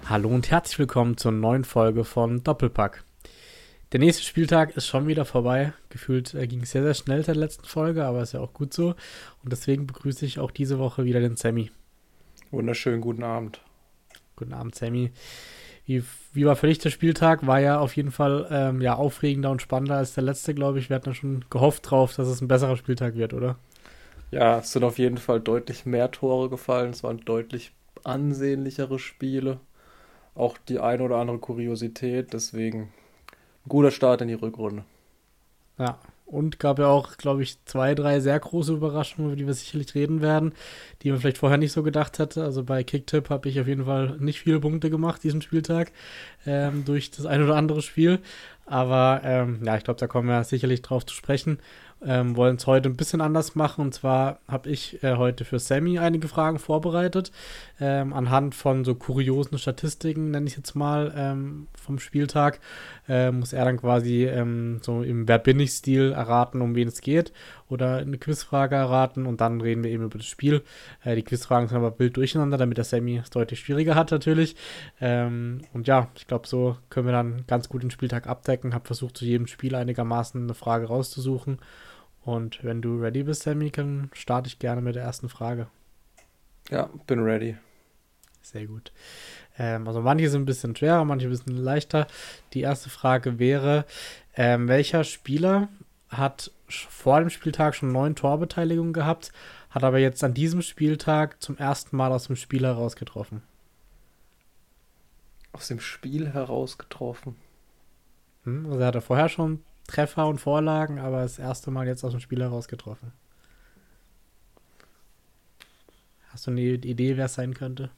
Hallo und herzlich willkommen zur neuen Folge von Doppelpack. Der nächste Spieltag ist schon wieder vorbei. Gefühlt ging es sehr, sehr schnell seit der letzten Folge, aber ist ja auch gut so. Und deswegen begrüße ich auch diese Woche wieder den Sammy. Wunderschönen guten Abend. Guten Abend, Sammy. Wie war für dich der Spieltag? War ja auf jeden Fall ja, aufregender und spannender als der letzte, glaube ich. Wir hatten ja schon gehofft drauf, dass es ein besserer Spieltag wird, oder? Ja, es sind auf jeden Fall deutlich mehr Tore gefallen. Es waren deutlich ansehnlichere Spiele. Auch die eine oder andere Kuriosität. Deswegen ein guter Start in die Rückrunde. Ja, und gab ja auch, glaube ich, zwei, drei sehr große Überraschungen, über die wir sicherlich reden werden, die man vielleicht vorher nicht so gedacht hätte. Also bei Kicktipp habe ich auf jeden Fall nicht viele Punkte gemacht diesen Spieltag durch das ein oder andere Spiel. Aber ja, ich glaube, da kommen wir sicherlich drauf zu sprechen. Wollen es heute ein bisschen anders machen. Und zwar habe ich heute für Sammy einige Fragen vorbereitet. Anhand von so kuriosen Statistiken, nenne ich jetzt mal, vom Spieltag, muss er dann quasi so im Wer bin ich-Stil erraten, um wen es geht. Oder eine Quizfrage erraten. Und dann reden wir eben über das Spiel. Die Quizfragen sind aber wild durcheinander, damit der Sammy es deutlich schwieriger hat natürlich. Und ja, ich glaube, so können wir dann ganz gut den Spieltag abdecken. Habe versucht, zu jedem Spiel einigermaßen eine Frage rauszusuchen. Und wenn du ready bist, Sammy, dann starte ich gerne mit der ersten Frage. Ja, bin ready. Sehr gut. Also manche sind ein bisschen schwerer, manche ein bisschen leichter. Die erste Frage wäre, welcher Spieler hat vor dem Spieltag schon 9 Torbeteiligungen gehabt, hat aber jetzt an diesem Spieltag zum ersten Mal aus dem Spiel herausgetroffen? Aus dem Spiel heraus getroffen. Also er hatte vorher schon Treffer und Vorlagen, aber das erste Mal jetzt aus dem Spiel herausgetroffen. Hast du eine Idee, wer es sein könnte?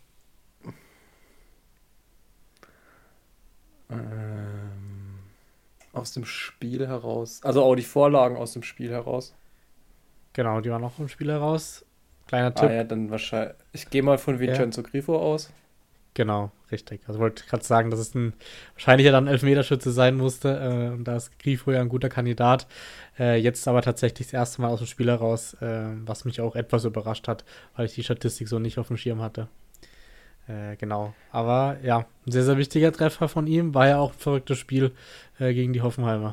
Ähm, Aus dem Spiel heraus. Also auch die Vorlagen aus dem Spiel heraus. Genau, die waren auch im Spiel heraus. Kleiner Ah Tipp. ja, dann wahrscheinlich. Ich gehe mal von Ja, Vincenzo Grifo aus. genau, richtig. Also wollte gerade sagen, dass es ein wahrscheinlich ja dann Elfmeterschütze sein musste. Und da ist Grifo ja ein guter Kandidat. Jetzt aber tatsächlich das erste Mal aus dem Spiel heraus, was mich auch etwas überrascht hat, weil ich die Statistik so nicht auf dem Schirm hatte. Genau. Aber ja, ein sehr, sehr wichtiger Treffer von ihm. War ja auch ein verrücktes Spiel gegen die Hoffenheimer.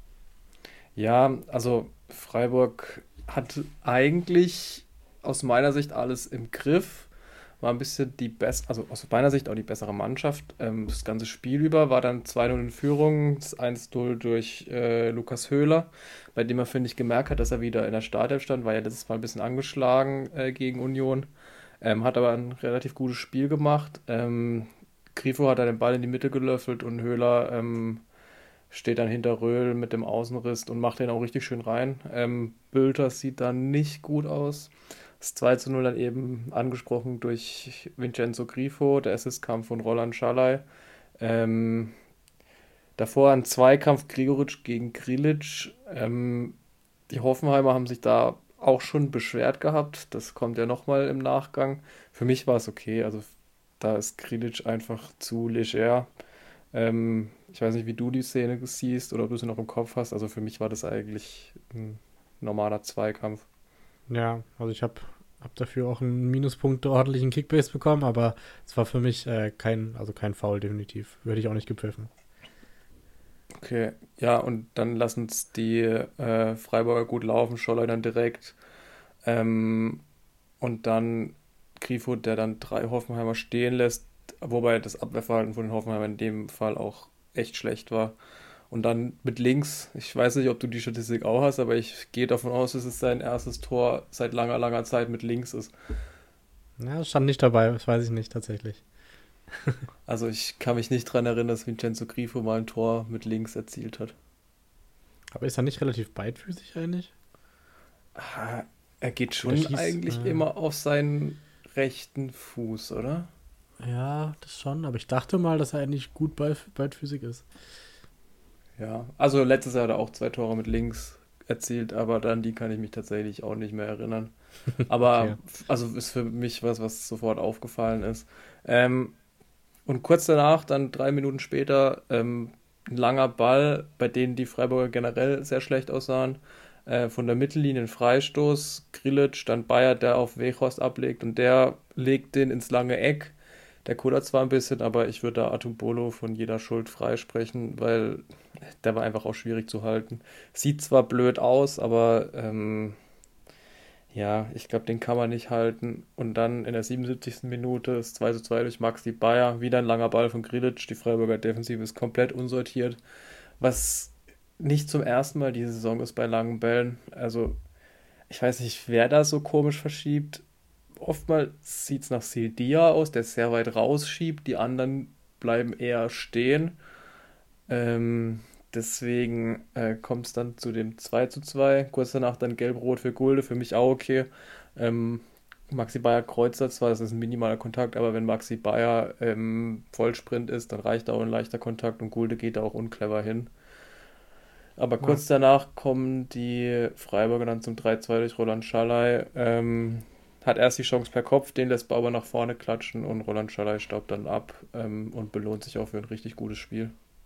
Ja, also Freiburg hat eigentlich aus meiner Sicht alles im Griff. War ein bisschen die best, also aus meiner Sicht auch die bessere Mannschaft. Das ganze Spiel über war dann 2:0 in Führung, das 1:0 durch Lukas Höhler, bei dem man, finde ich, gemerkt hat, dass er wieder in der Startelf stand, war ja letztes Mal ein bisschen angeschlagen gegen Union. Hat aber ein relativ gutes Spiel gemacht. Grifo hat dann den Ball in die Mitte gelöffelt und Höhler steht dann hinter Röhl mit dem Außenriss und macht den auch richtig schön rein. Bülter sieht dann nicht gut aus. Das 2:0 dann eben angesprochen durch Vincenzo Grifo. Der Assist kam von Roland Schalay. Ähm, Davor ein Zweikampf Gregoritsch gegen Grilic. Die Hoffenheimer haben sich da auch schon beschwert gehabt. Das kommt ja nochmal im Nachgang. Für mich war es okay. Also da ist Grilic einfach zu leger. Ich weiß nicht, wie du die Szene siehst oder ob du sie noch im Kopf hast. Also für mich war das eigentlich ein normaler Zweikampf. Ja, also ich hab dafür auch einen Minuspunkt ordentlichen Kickbase bekommen, aber es war für mich also kein Foul definitiv. Würde ich auch nicht gepfiffen. Okay, ja, und dann lassen es die Freiburger gut laufen, Scholler dann direkt. Ähm, und dann Grifo, der dann drei Hoffenheimer stehen lässt, wobei das Abwehrverhalten von den Hoffenheimern in dem Fall auch echt schlecht war. Und dann mit links, ich weiß nicht, ob du die Statistik auch hast, aber ich gehe davon aus, dass es sein erstes Tor seit langer, langer Zeit mit links ist. Ja, das stand nicht dabei, das weiß ich nicht tatsächlich. Also ich kann mich nicht dran erinnern, dass Vincenzo Grifo mal ein Tor mit links erzielt hat. Aber ist er nicht relativ beidfüßig eigentlich? Ah, er geht Der schon schießt, eigentlich immer auf seinen rechten Fuß, oder? ja, das schon, aber ich dachte mal, dass er eigentlich gut beidfüßig ist. Ja, also letztes Jahr hat er auch zwei Tore mit links erzielt, aber dann die kann ich mich tatsächlich auch nicht mehr erinnern. Okay. Aber also ist für mich was, was sofort aufgefallen ist. Ähm, und kurz danach, dann 3 Minuten später, ein langer Ball, bei denen die Freiburger generell sehr schlecht aussahen. Von der Mittellinie ein Freistoß. Grillitsch, dann Bayer, der auf Weghorst ablegt und der legt den ins lange Eck. Der kullert zwar ein bisschen, aber ich würde da Atumbolo von jeder Schuld freisprechen, weil der war einfach auch schwierig zu halten. Sieht zwar blöd aus, aber ja, ich glaube, den kann man nicht halten. Und dann in der 77. Minute das 2:2 durch Maxi Bayer. Wieder ein langer Ball von Grilic. Die Freiburger Defensive ist komplett unsortiert. Was nicht zum ersten Mal diese Saison ist bei langen Bällen. Also, ich weiß nicht, wer da so komisch verschiebt. Oftmals sieht es nach Sildia aus, der sehr weit rausschiebt. Die anderen bleiben eher stehen. Ähm, deswegen kommt es dann zu dem 2:2. Kurz danach dann Gelb-Rot für Gulde, für mich auch okay. Ähm, Maxi Bayer kreuzt da zwar, das ist ein minimaler Kontakt, aber wenn Maxi Bayer Vollsprint ist, dann reicht auch ein leichter Kontakt und Gulde geht da auch unclever hin. Aber Ja. kurz danach kommen die Freiburger dann zum 3:2 durch Roland Schallei. Hat erst die Chance per Kopf, den lässt Bauer nach vorne klatschen und Roland Schallei staubt dann ab und belohnt sich auch für ein richtig gutes Spiel.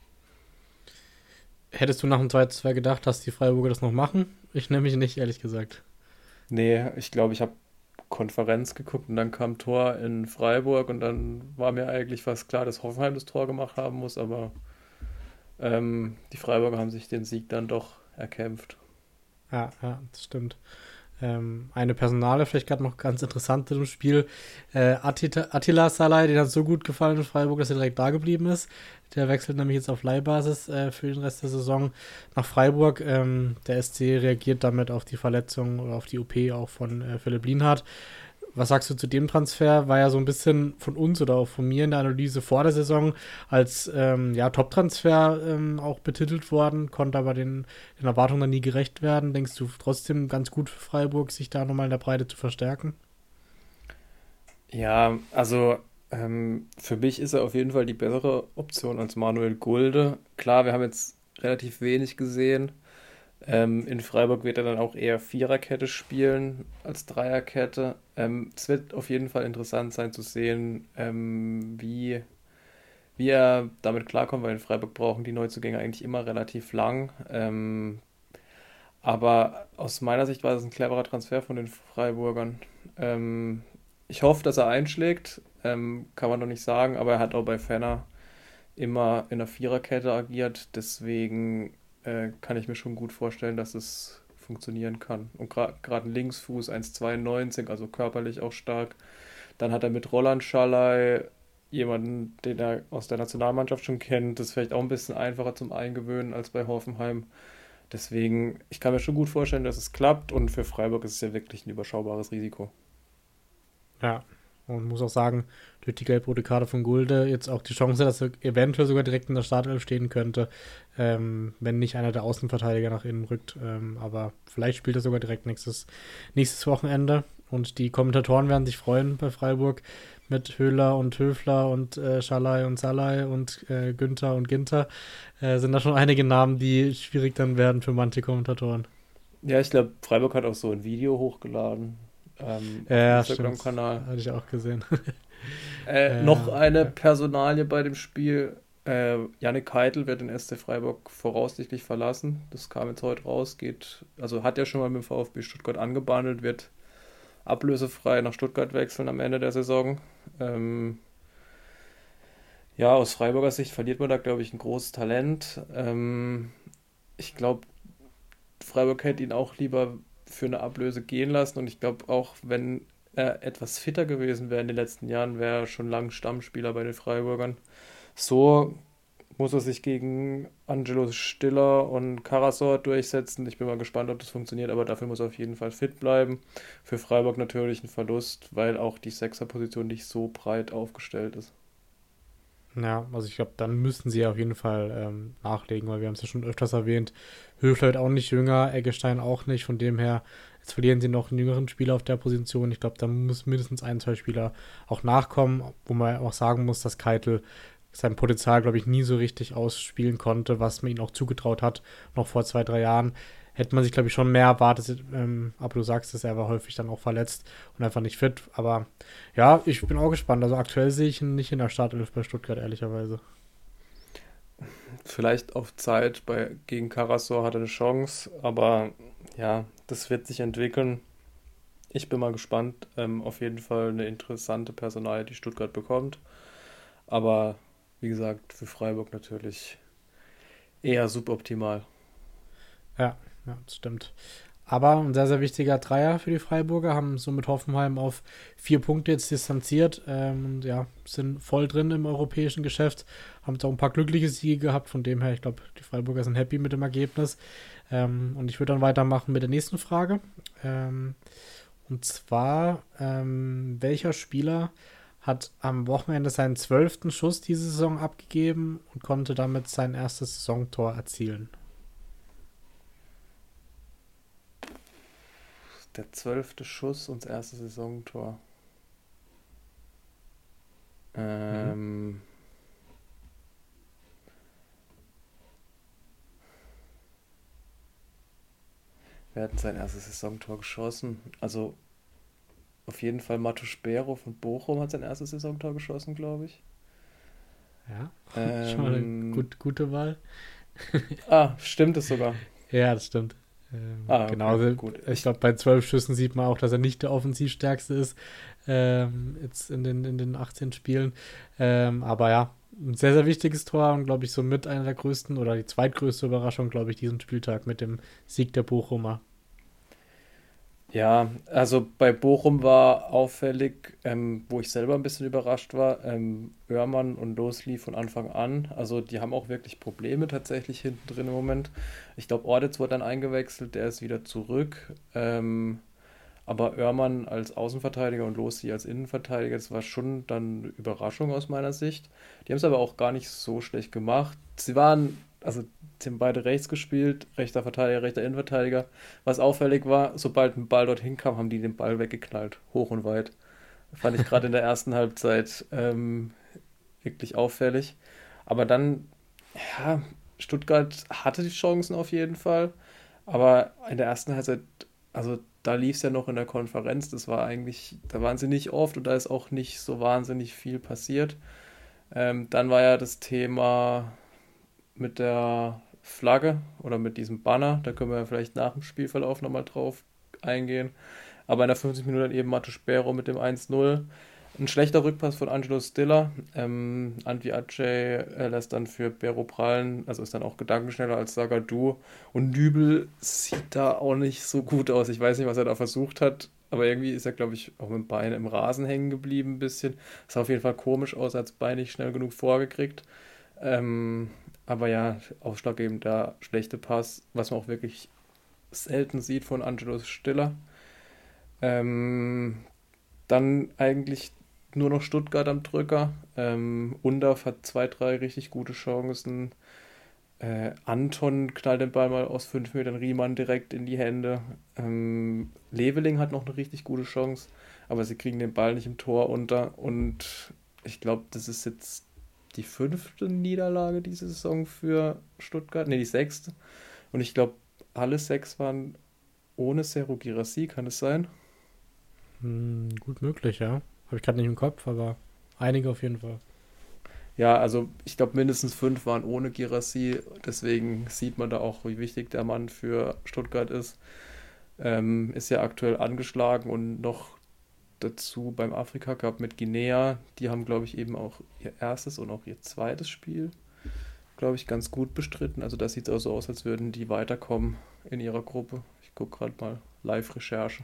Hättest du nach dem 2:2 gedacht, dass die Freiburger das noch machen? Ich nämlich nicht, ehrlich gesagt. Nee, ich glaube, ich habe Konferenz geguckt und dann kam Tor in Freiburg und dann war mir eigentlich fast klar, dass Hoffenheim das Tor gemacht haben muss, aber die Freiburger haben sich den Sieg dann doch erkämpft. Ja, ja, das stimmt. Eine Personale, vielleicht gerade noch ganz interessant im Spiel. Attila Salai, den hat so gut gefallen in Freiburg, dass er direkt da geblieben ist. Der wechselt nämlich jetzt auf Leihbasis für den Rest der Saison nach Freiburg. Der SC reagiert damit auf die Verletzung oder auf die OP auch von Philipp Lienhardt. Was sagst du zu dem Transfer? War ja so ein bisschen von uns oder auch von mir in der Analyse vor der Saison als ja, Top-Transfer auch betitelt worden, konnte aber den Erwartungen dann nie gerecht werden. Denkst du trotzdem ganz gut für Freiburg, sich da nochmal in der Breite zu verstärken? Ja, also für mich ist er auf jeden Fall die bessere Option als Manuel Gulde. Klar, wir haben jetzt relativ wenig gesehen. In Freiburg wird er dann auch eher Viererkette spielen als Dreierkette. Es wird auf jeden Fall interessant sein zu sehen, wie er damit klarkommt, weil in Freiburg brauchen die Neuzugänge eigentlich immer relativ lang. Aber aus meiner Sicht war das ein cleverer Transfer von den Freiburgern. Ähm, ich hoffe, dass er einschlägt, kann man noch nicht sagen, aber er hat auch bei Fenner immer in der Viererkette agiert, deswegen kann ich mir schon gut vorstellen, dass es funktionieren kann. Und gerade ein Linksfuß 1,92, also körperlich auch stark. Dann hat er mit Roland Schallei jemanden, den er aus der Nationalmannschaft schon kennt. Das ist vielleicht auch ein bisschen einfacher zum Eingewöhnen als bei Hoffenheim. Deswegen, ich kann mir schon gut vorstellen, dass es klappt und für Freiburg ist es ja wirklich ein überschaubares Risiko. Ja. Und muss auch sagen, durch die gelb-rote Karte von Gulde jetzt auch die Chance, dass er eventuell sogar direkt in der Startelf stehen könnte, wenn nicht einer der Außenverteidiger nach innen rückt. Aber vielleicht spielt er sogar direkt nächstes Wochenende. Und die Kommentatoren werden sich freuen bei Freiburg mit Höhler und Höfler und Schalai und Salai und Günther und Ginter. Sind da schon einige Namen, die schwierig dann werden für manche Kommentatoren. Ja, ich glaube, Freiburg hat auch so ein Video hochgeladen auf dem Ja, stimmt. Instagram-Kanal. Hatte ich auch gesehen. Noch eine Ja. Personalie bei dem Spiel. Yannick Heitel wird den SC Freiburg voraussichtlich verlassen. Das kam jetzt heute raus. Also hat er schon mal mit dem VfB Stuttgart angebandelt, wird ablösefrei nach Stuttgart wechseln am Ende der Saison. Ähm, ja, aus Freiburger Sicht verliert man da, glaube ich, ein großes Talent. Ich glaube, Freiburg hätte ihn auch lieber für eine Ablöse gehen lassen und ich glaube auch, wenn er etwas fitter gewesen wäre in den letzten Jahren, wäre er schon lange Stammspieler bei den Freiburgern. So muss er sich gegen Angelo Stiller und Karasor durchsetzen. Ich bin mal gespannt, ob das funktioniert, aber dafür muss er auf jeden Fall fit bleiben. Für Freiburg natürlich ein Verlust, weil auch die Sechserposition nicht so breit aufgestellt ist. Ja, also ich glaube, dann müssten sie auf jeden Fall nachlegen, weil wir haben es ja schon öfters erwähnt. Höfler wird auch nicht jünger, Eggestein auch nicht. Von dem her, jetzt verlieren sie noch einen jüngeren Spieler auf der Position. Ich glaube, da muss mindestens ein, zwei Spieler auch nachkommen, wo man auch sagen muss, dass Keitel sein Potenzial, glaube ich, nie so richtig ausspielen konnte, was man ihm auch zugetraut hat, noch vor 2, 3 Jahren. Hätte man sich, glaube ich, schon mehr erwartet, aber du sagst es, er war häufig dann auch verletzt und einfach nicht fit. Aber ja, ich bin auch gespannt. Also aktuell sehe ich ihn nicht in der Startelf bei Stuttgart, ehrlicherweise. Vielleicht auf Zeit, gegen Karasor hat er eine Chance, aber ja, das wird sich entwickeln. Ich bin mal gespannt. Auf jeden Fall eine interessante Personalie, die Stuttgart bekommt. Aber wie gesagt, für Freiburg natürlich eher suboptimal. Ja, ja, das stimmt. Aber ein sehr, sehr wichtiger Dreier für die Freiburger, haben somit Hoffenheim auf 4 Punkte jetzt distanziert und ja, sind voll drin im europäischen Geschäft, haben jetzt auch ein paar glückliche Siege gehabt, von dem her, ich glaube, die Freiburger sind happy mit dem Ergebnis. Und ich würde dann weitermachen mit der nächsten Frage. Und zwar, welcher Spieler hat am Wochenende seinen 12. Schuss diese Saison abgegeben und konnte damit sein erstes Saisontor erzielen? Der 12. Schuss und das erste Saisontor. Mhm. Ähm, Wer hat denn sein erstes Saisontor geschossen? Also auf jeden Fall Matus Bero von Bochum hat sein erstes Saisontor geschossen, glaube ich. Ja, schon mal eine Ähm, gute Wahl. Stimmt es sogar. Ja, das stimmt. Genau, Okay, also gut. ich glaube, bei 12 Schüssen sieht man auch, dass er nicht der offensivstärkste ist, jetzt in den 18 Spielen. Aber ja, ein sehr, sehr wichtiges Tor und glaube ich somit einer der größten oder die zweitgrößte Überraschung, glaube ich, diesen Spieltag mit dem Sieg der Bochumer. Ja, also bei Bochum war auffällig, wo ich selber ein bisschen überrascht war, Oehrmann und Losli von Anfang an. Also die haben auch wirklich Probleme tatsächlich hinten drin im Moment. Ich glaube, Ordetz wurde dann eingewechselt, der ist wieder zurück. Aber Oehrmann als Außenverteidiger und Losli als Innenverteidiger, das war schon dann eine Überraschung aus meiner Sicht. Die haben es aber auch gar nicht so schlecht gemacht. Also sie haben beide rechts gespielt, rechter Verteidiger, rechter Innenverteidiger. Was auffällig war, sobald ein Ball dorthin kam, haben die den Ball weggeknallt, hoch und weit. Fand ich gerade in der ersten Halbzeit wirklich auffällig. Aber dann, ja, Stuttgart hatte die Chancen auf jeden Fall. Aber in der ersten Halbzeit, also da lief es ja noch in der Konferenz, das war eigentlich, da waren sie nicht oft und da ist auch nicht so wahnsinnig viel passiert. Dann war ja das Thema mit der Flagge oder mit diesem Banner, da können wir ja vielleicht nach dem Spielverlauf nochmal drauf eingehen. Aber in der 50 Minuten eben Mato Spero mit dem 1:0. Ein schlechter Rückpass von Angelo Stiller. Antwi Aceh lässt dann für Bero prallen, also ist dann auch gedankenschneller als Zagadou. Und Nübel sieht da auch nicht so gut aus. Ich weiß nicht, was er da versucht hat, aber irgendwie ist er, glaube ich, auch mit dem Bein im Rasen hängen geblieben ein bisschen. Sah auf jeden Fall komisch aus, er hat das Bein nicht schnell genug vorgekriegt. Aber ja, ausschlaggebend der schlechte Pass, was man auch wirklich selten sieht von Angelo Stiller. Ähm, Dann eigentlich nur noch Stuttgart am Drücker. Undorf hat zwei, drei richtig gute Chancen. Anton knallt den Ball mal aus 5 Metern, Riemann direkt in die Hände. Leveling hat noch eine richtig gute Chance, aber sie kriegen den Ball nicht im Tor unter. Und ich glaube, das ist jetzt die 5. Niederlage diese Saison für Stuttgart. Ne, die 6. Und ich glaube, alle 6 waren ohne Serhou Guirassy, kann es sein? Gut möglich, ja. Habe ich gerade nicht im Kopf, aber einige auf jeden Fall. Ja, also ich glaube, mindestens 5 waren ohne Guirassy. Deswegen sieht man da auch, wie wichtig der Mann für Stuttgart ist. Ist ja aktuell angeschlagen und noch dazu beim Afrika Cup mit Guinea. Die haben, glaube ich, eben auch ihr erstes und auch ihr zweites Spiel, glaube ich, ganz gut bestritten. Also das sieht auch so aus, als würden die weiterkommen in ihrer Gruppe. Ich gucke gerade mal Live-Recherche.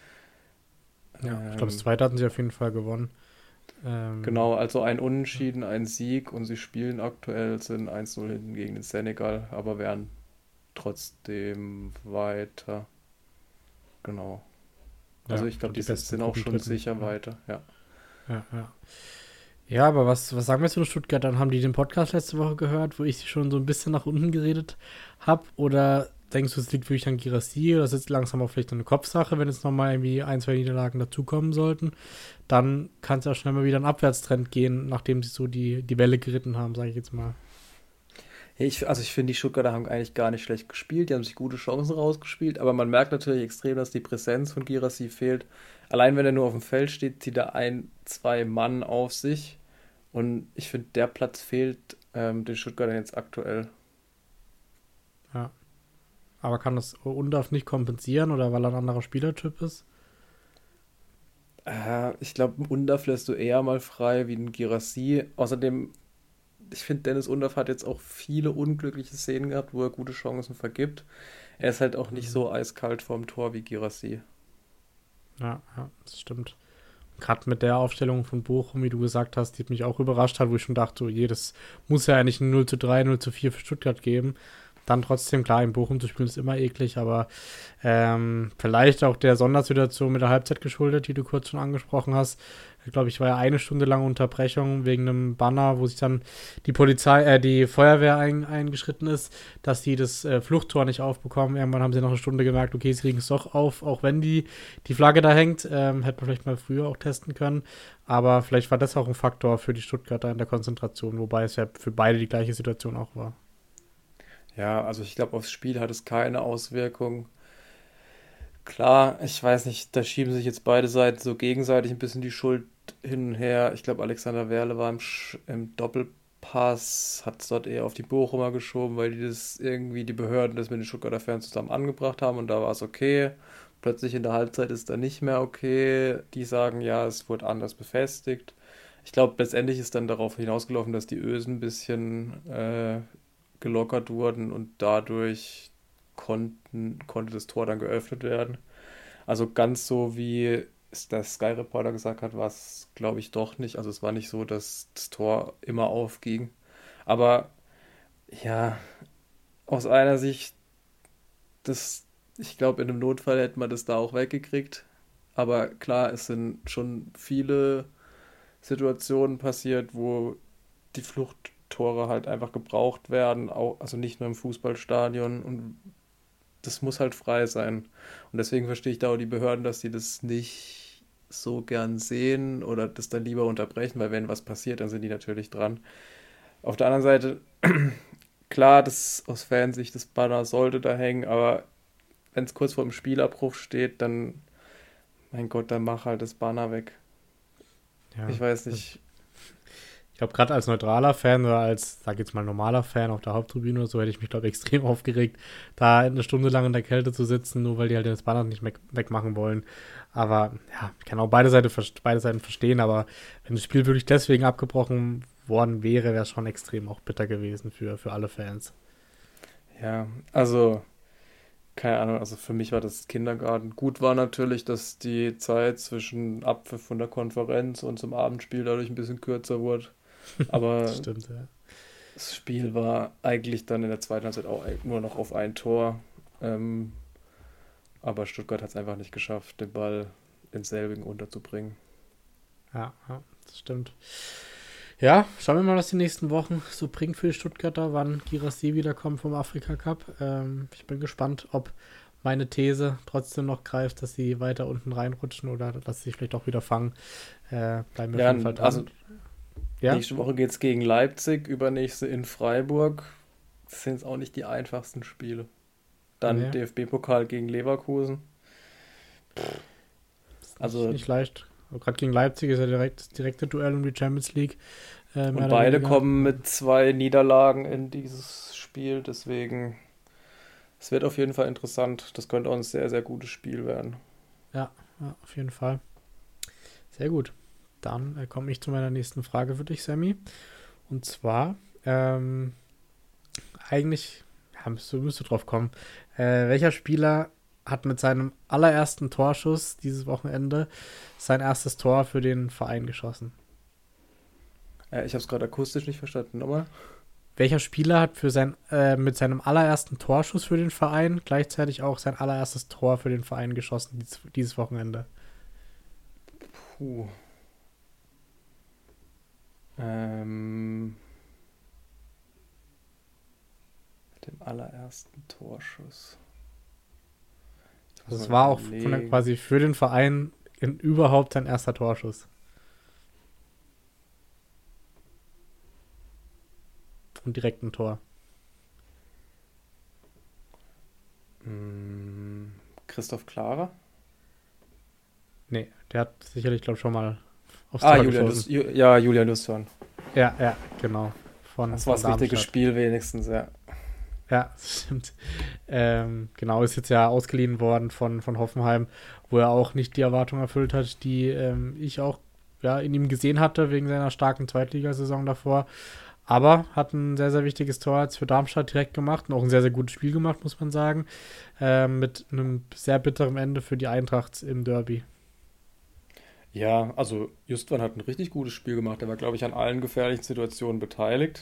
Ja, ich glaube, das Ähm, zweite hatten sie auf jeden Fall gewonnen. Ähm, genau, also ein ja. Unentschieden, ein Sieg und sie spielen aktuell, sind 1:0 hinten gegen den Senegal, aber wären trotzdem weiter. Genau. Also Ja, ich so glaube, die besten sind auch schon Gruppendritten. sicher Ja, weiter. Ja. ja, ja. Ja, aber was sagen wir zu Stuttgart? Dann haben die den Podcast letzte Woche gehört, wo ich sie schon so ein bisschen nach unten geredet habe. Oder denkst du, es liegt wirklich an Girassi oder ist jetzt langsam auch vielleicht eine Kopfsache, wenn jetzt nochmal irgendwie ein, zwei Niederlagen dazukommen sollten? Dann kann es ja schnell mal wieder einen Abwärtstrend gehen, nachdem sie so die Welle geritten haben, sage ich jetzt mal. Ja, also ich finde, die Stuttgarter haben eigentlich gar nicht schlecht gespielt. Die haben sich gute Chancen rausgespielt, aber man merkt natürlich extrem, dass die Präsenz von Girassi fehlt. Allein wenn er nur auf dem Feld steht, zieht er ein, zwei Mann auf sich. Und ich finde, der Platz fehlt den Stuttgartern jetzt aktuell. Ja. Aber kann das Undorf nicht kompensieren oder weil er ein anderer Spielertyp ist? Ich glaube, einen Undav lässt du eher mal frei wie einen Girassi. Außerdem, ich finde, Dennis Undav hat jetzt auch viele unglückliche Szenen gehabt, wo er gute Chancen vergibt. Er ist halt auch nicht Mhm. so eiskalt vorm Tor wie Girassi. Ja, ja, das stimmt. Gerade mit der Aufstellung von Bochum, wie du gesagt hast, die mich auch überrascht hat, wo ich schon dachte, oh je, das muss ja eigentlich ein 0:3, 0:4 für Stuttgart geben. Dann trotzdem, klar, in Bochum zu spielen ist immer eklig, aber vielleicht auch der Sondersituation mit der Halbzeit geschuldet, die du kurz schon angesprochen hast. Ich glaube, ich war ja eine Stunde lang Unterbrechung wegen einem Banner, wo sich dann die Feuerwehr eingeschritten ist, dass die das Fluchttor nicht aufbekommen. Irgendwann haben sie nach einer Stunde gemerkt, okay, sie kriegen es doch auf, auch wenn die Flagge da hängt. Hätte man vielleicht mal früher auch testen können. Aber vielleicht war das auch ein Faktor für die Stuttgarter in der Konzentration, wobei es ja für beide die gleiche Situation auch war. Ja, also ich glaube, aufs Spiel hat es keine Auswirkung. Klar, ich weiß nicht, da schieben sich jetzt beide Seiten so gegenseitig ein bisschen die Schuld hin und her. Ich glaube, Alexander Werle war im Doppelpass, hat es dort eher auf die Bochumer geschoben, weil die das irgendwie, die Behörden das mit den Stuttgarter Fans zusammen angebracht haben und da war es okay. Plötzlich in der Halbzeit ist da nicht mehr okay. Die sagen, ja, es wurde anders befestigt. Ich glaube, letztendlich ist dann darauf hinausgelaufen, dass die Ösen ein bisschen gelockert wurden und dadurch konnte das Tor dann geöffnet werden. Also ganz so wie es der Sky Reporter gesagt hat, war es, glaube ich, doch nicht. Also es war nicht so, dass das Tor immer aufging. Aber ja, aus einer Sicht, das, ich glaube, in einem Notfall hätte man das da auch weggekriegt. Aber klar, es sind schon viele Situationen passiert, wo die Fluchttore halt einfach gebraucht werden, auch, also nicht nur im Fußballstadion und das muss halt frei sein. Und deswegen verstehe ich da auch die Behörden, dass die das nicht so gern sehen oder das dann lieber unterbrechen, weil wenn was passiert, dann sind die natürlich dran. Auf der anderen Seite, klar, das aus Fansicht, das Banner sollte da hängen, aber wenn es kurz vor dem Spielabbruch steht, dann, mein Gott, dann mach halt das Banner weg. Ich Ja, weiß also nicht. ich glaube, gerade als neutraler Fan oder als, sag jetzt mal, normaler Fan auf der Haupttribüne oder so, hätte ich mich, glaube ich, extrem aufgeregt, da eine Stunde lang in der Kälte zu sitzen, nur weil die halt das Banner nicht wegmachen wollen. Aber ja, ich kann auch beide Seiten verstehen, aber wenn das Spiel wirklich deswegen abgebrochen worden wäre, wäre es schon extrem auch bitter gewesen für alle Fans. Ja, also, keine Ahnung, also für mich war das Kindergarten. Gut war natürlich, dass die Zeit zwischen Abpfiff von der Konferenz und zum Abendspiel dadurch ein bisschen kürzer wurde. Das Aber stimmt, ja. das Spiel war eigentlich dann in der zweiten Halbzeit auch nur noch auf ein Tor. Ähm, aber Stuttgart hat es einfach nicht geschafft, den Ball in Selbigen unterzubringen. Ja, ja, das stimmt. Ja, schauen wir mal, was die nächsten Wochen so bringt für die Stuttgarter, wann Girassi wiederkommt vom Afrika Cup. Ich bin gespannt, ob meine These trotzdem noch greift, dass sie weiter unten reinrutschen oder dass sie sich vielleicht auch wieder fangen. Bleiben wir auf Ja, jeden Fall also dran. Ja? nächste Woche geht es gegen Leipzig, übernächste in Freiburg. Das sind jetzt auch nicht die einfachsten Spiele. Dann Nee, DFB-Pokal gegen Leverkusen. ist nicht, Also, nicht leicht. Gerade gegen Leipzig ist ja direkt das direkte Duell um die Champions League, mehr und oder beide weniger. kommen mit 2 Niederlagen in dieses Spiel. Deswegen, es wird auf jeden Fall interessant. Das könnte auch ein sehr, sehr gutes Spiel werden. Ja, ja, auf jeden Fall. Sehr gut. Dann komme ich zu meiner nächsten Frage für dich, Sammy. Und zwar, eigentlich, ja, müsste drauf kommen, welcher Spieler hat mit seinem allerersten Torschuss dieses Wochenende sein erstes Tor für den Verein geschossen? Ich habe es gerade akustisch nicht verstanden. Nochmal? Welcher Spieler hat mit seinem allerersten Torschuss für den Verein gleichzeitig auch sein allererstes Tor für den Verein geschossen dieses Wochenende? Puh. Ähm, mit dem allerersten Torschuss. Jetzt muss Also es man war auch von der, überlegen. quasi für den Verein überhaupt sein erster Torschuss. Und direkt ein Tor. Hm, Christoph Klara? Nee, der hat sicherlich, glaube ich, schon mal aufs Ah, Tor geschossen. Ja, Julian Lüstern. Ja, ja, genau. Das war Von das wichtige Darmstadt. Spiel wenigstens, ja. Ja, das stimmt. Genau, ist jetzt ja ausgeliehen worden von Hoffenheim, wo er auch nicht die Erwartung erfüllt hat, die ich auch ja, in ihm gesehen hatte, wegen seiner starken Zweitligasaison davor. Aber hat ein sehr, sehr wichtiges Tor jetzt für Darmstadt direkt gemacht und auch ein sehr, sehr gutes Spiel gemacht, muss man sagen. Mit einem sehr bitteren Ende für die Eintracht im Derby. Ja, also Justwan hat ein richtig gutes Spiel gemacht. Er war, glaube ich, an allen gefährlichen Situationen beteiligt.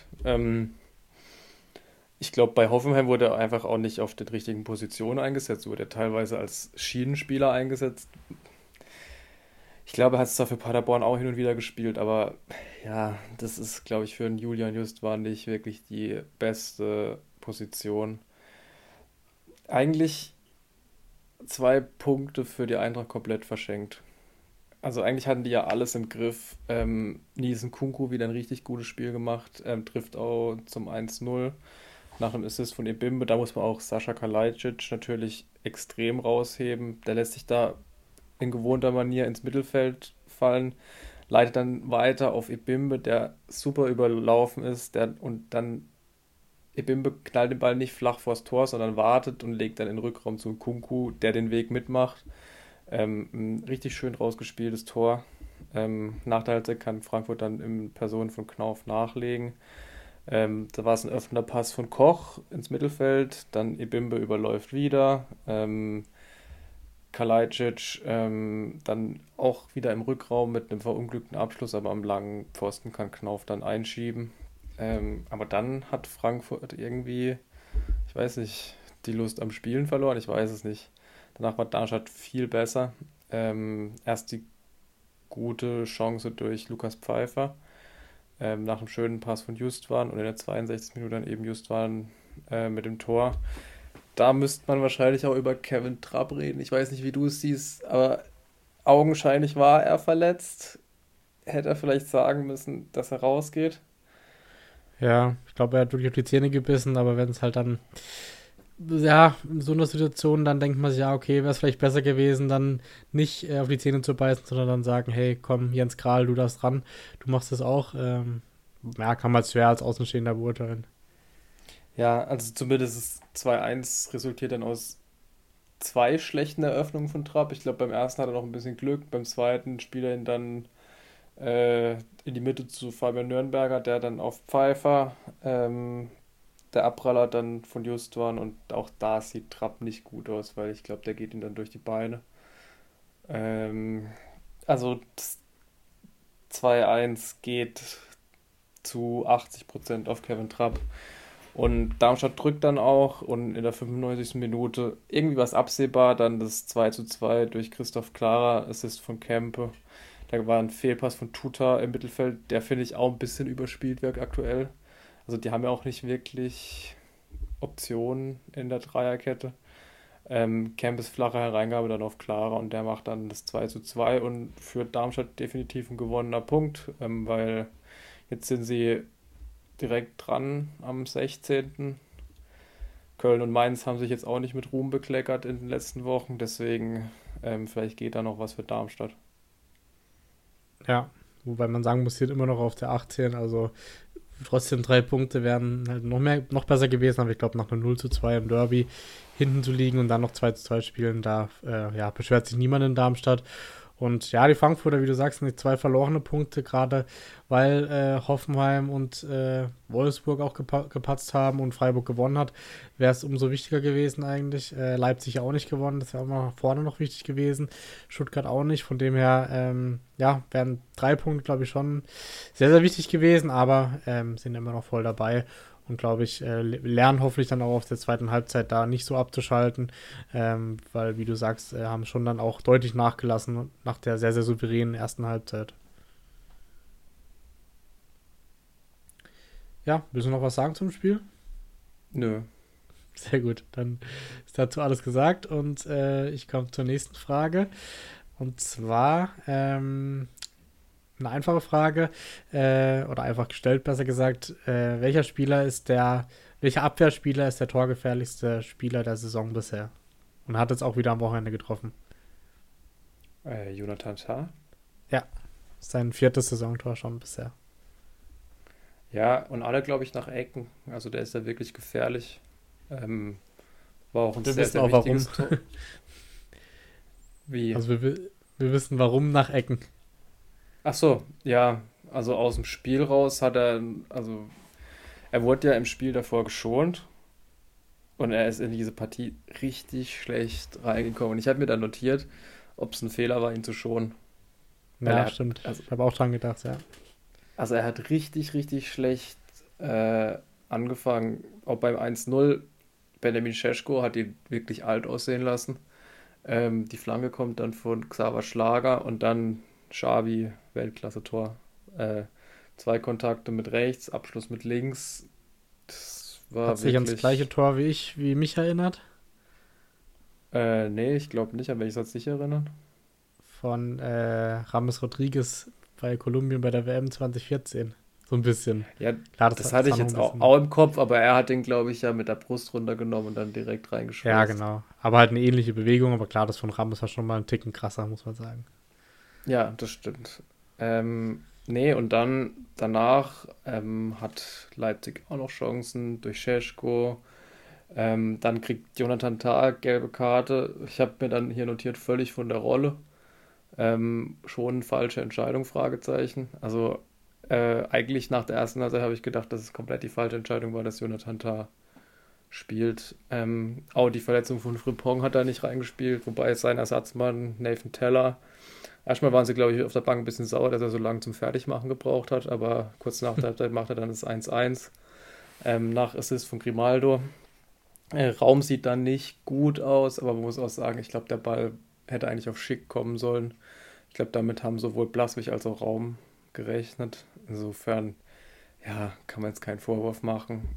Ich glaube, bei Hoffenheim wurde er einfach auch nicht auf den richtigen Positionen eingesetzt, wurde er teilweise als Schienenspieler eingesetzt. Ich glaube, er hat es zwar für Paderborn auch hin und wieder gespielt, aber ja, das ist, glaube ich, für einen Julian Justwan nicht wirklich die beste Position. Eigentlich 2 Punkte für die Eintracht komplett verschenkt. Also eigentlich hatten die ja alles im Griff. Nielsen Kunku wieder ein richtig gutes Spiel gemacht, trifft auch zum 1:0 nach einem Assist von Ebimbe. Da muss man auch Sascha Kalajdzic natürlich extrem rausheben. Der lässt sich da in gewohnter Manier ins Mittelfeld fallen, leitet dann weiter auf Ebimbe, der super überlaufen ist, und dann Ebimbe knallt den Ball nicht flach vors Tor, sondern wartet und legt dann in den Rückraum zu Kunku, der den Weg mitmacht. Ein richtig schön rausgespieltes Tor. Nach der Halbzeit kann Frankfurt dann in Person von Knauf nachlegen. Da war es ein öffnender Pass von Koch ins Mittelfeld, dann Ebimbe überläuft wieder. Kalajdzic dann auch wieder im Rückraum mit einem verunglückten Abschluss, aber am langen Pfosten kann Knauf dann einschieben. Aber dann hat Frankfurt irgendwie, ich weiß nicht, die Lust am Spielen verloren, ich weiß es nicht. Danach war Darmstadt viel besser. Erst die gute Chance durch Lukas Pfeiffer, nach einem schönen Pass von Justwan und in der 62. Minute dann eben Justwan mit dem Tor. Da müsste man wahrscheinlich auch über Kevin Trapp reden. Ich weiß nicht, wie du es siehst, aber augenscheinlich war er verletzt. Hätte er vielleicht sagen müssen, dass er rausgeht? Ja, ich glaube, er hat wirklich auf die Zähne gebissen, aber wenn es halt dann, ja, in so einer Situation, dann denkt man sich, ja, okay, wäre es vielleicht besser gewesen, dann nicht auf die Zähne zu beißen, sondern dann sagen, hey, komm, Jens Kral, du darfst ran, du machst das auch. Ja, kann man schwer als Außenstehender beurteilen. Ja, also zumindest das 2:1 resultiert dann aus 2 schlechten Eröffnungen von Trapp. Ich glaube, beim ersten hat er noch ein bisschen Glück, beim zweiten spielt er ihn dann in die Mitte zu Fabian Nürnberger, der dann auf Pfeiffer, der Abpraller dann von Justwan, und auch da sieht Trapp nicht gut aus, weil ich glaube, der geht ihm dann durch die Beine. Ähm, also das 2:1 geht zu 80% auf Kevin Trapp. Und Darmstadt drückt dann auch und in der 95. Minute irgendwie was absehbar, dann das 2:2 durch Christoph Klara, Assist von Kempe. Da war ein Fehlpass von Tuta im Mittelfeld, der finde ich auch ein bisschen überspielt wirkt aktuell. Also die haben ja auch nicht wirklich Optionen in der Dreierkette. Kempes flache Hereingabe dann auf Klara und der macht dann das 2:2 und führt Darmstadt definitiv ein gewonnener Punkt, weil jetzt sind sie direkt dran am 16. Köln und Mainz haben sich jetzt auch nicht mit Ruhm bekleckert in den letzten Wochen, deswegen vielleicht geht da noch was für Darmstadt. Ja, wobei man sagen muss, hier immer noch auf der 18, also trotzdem 3 Punkte wären halt noch besser gewesen, aber ich glaube, nach einem 0:2 im Derby hinten zu liegen und dann noch 2:2 spielen, da ja, beschwert sich niemand in Darmstadt. Und ja, die Frankfurter, wie du sagst, sind 2 verlorene Punkte, gerade weil Hoffenheim und Wolfsburg auch gepatzt haben und Freiburg gewonnen hat, wäre es umso wichtiger gewesen eigentlich. Leipzig auch nicht gewonnen, das wäre auch mal vorne noch wichtig gewesen. Stuttgart auch nicht, von dem her, ja, wären 3 Punkte, glaube ich, schon sehr, sehr wichtig gewesen, aber sind immer noch voll dabei und glaube ich, lernen hoffentlich dann auch auf der zweiten Halbzeit da nicht so abzuschalten, weil, wie du sagst, haben schon dann auch deutlich nachgelassen nach der sehr, sehr souveränen ersten Halbzeit. Ja, willst du noch was sagen zum Spiel? Nö. Sehr gut, dann ist dazu alles gesagt und ich komme zur nächsten Frage. Und zwar eine einfache Frage, oder einfach gestellt, besser gesagt, welcher Abwehrspieler ist der torgefährlichste Spieler der Saison bisher? Und hat jetzt auch wieder am Wochenende getroffen. Jonathan Tah? Ja, sein viertes Saisontor schon bisher. Ja, und alle, glaube ich, nach Ecken. Also der ist ja wirklich gefährlich. Ähm, War auch ein Wir sehr, wissen sehr auch warum. wichtiges Tor. Wie? Also wir wissen warum nach Ecken. Ach so, ja, also aus dem Spiel raus hat er, also er wurde ja im Spiel davor geschont und er ist in diese Partie richtig schlecht reingekommen. Ich habe mir dann notiert, ob es ein Fehler war, ihn zu schonen. Weil Ja, er hat, stimmt. also, Ich habe auch dran gedacht, ja. also er hat richtig, richtig schlecht angefangen. Auch beim 1:0, Benjamin Šeško hat ihn wirklich alt aussehen lassen. Die Flanke kommt dann von Xaver Schlager und dann Xavi, Weltklasse-Tor. Äh, Zwei Kontakte mit rechts, Abschluss mit links. Das Hat war sich ans gleiche wirklich. Tor wie mich erinnert. Nee, ich glaube nicht, an welches hat sich erinnern. Von James Rodriguez bei Kolumbien bei der WM 2014. So ein bisschen. Ja, Klar, das, das das hatte ich war noch ein jetzt auch, bisschen. auch im Kopf, aber er hat den, glaube ich, ja mit der Brust runtergenommen und dann direkt Ja, reingeschleust. genau. Aber halt eine ähnliche Bewegung, aber klar, das von Ramos war schon mal ein Ticken krasser, muss man sagen. Ja, das stimmt. Nee, und dann danach hat Leipzig auch noch Chancen durch Šeško. Dann kriegt Jonathan Tah gelbe Karte. Ich habe mir dann hier notiert, völlig von der Rolle. Schon falsche Entscheidung, Fragezeichen. Also eigentlich nach der ersten Halbzeit habe ich gedacht, dass es komplett die falsche Entscheidung war, dass Jonathan Tah spielt. Auch die Verletzung von Frimpong hat er nicht reingespielt, wobei sein Ersatzmann Nathan Teller. Erstmal waren sie, glaube ich, auf der Bank ein bisschen sauer, dass er so lange zum Fertigmachen gebraucht hat, aber kurz nach der Halbzeit macht er dann das 1:1 nach Assist von Grimaldo. Raum sieht dann nicht gut aus, aber man muss auch sagen, ich glaube, der Ball hätte eigentlich auf Schick kommen sollen. Ich glaube, damit haben sowohl Blaswig als auch Raum gerechnet. Insofern, ja, kann man jetzt keinen Vorwurf machen.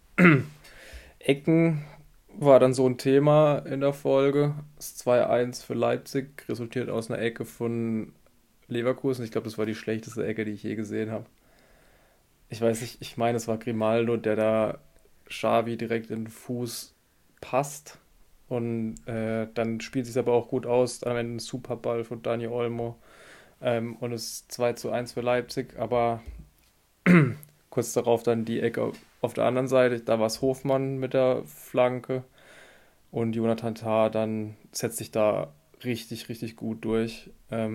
Ecken war dann so ein Thema in der Folge. Das 2:1 für Leipzig resultiert aus einer Ecke von Leverkusen. Ich glaube, das war die schlechteste Ecke, die ich je gesehen habe. Ich weiß nicht, ich meine, es war Grimaldo, der da Xavi direkt in den Fuß passt. Und dann spielt es aber auch gut aus. Am Ende ein Superball von Dani Olmo. Und es 2:1 für Leipzig. Aber kurz darauf dann die Ecke auf der anderen Seite. Da war es Hofmann mit der Flanke. Und Jonathan Tah dann setzt sich da richtig, richtig gut durch.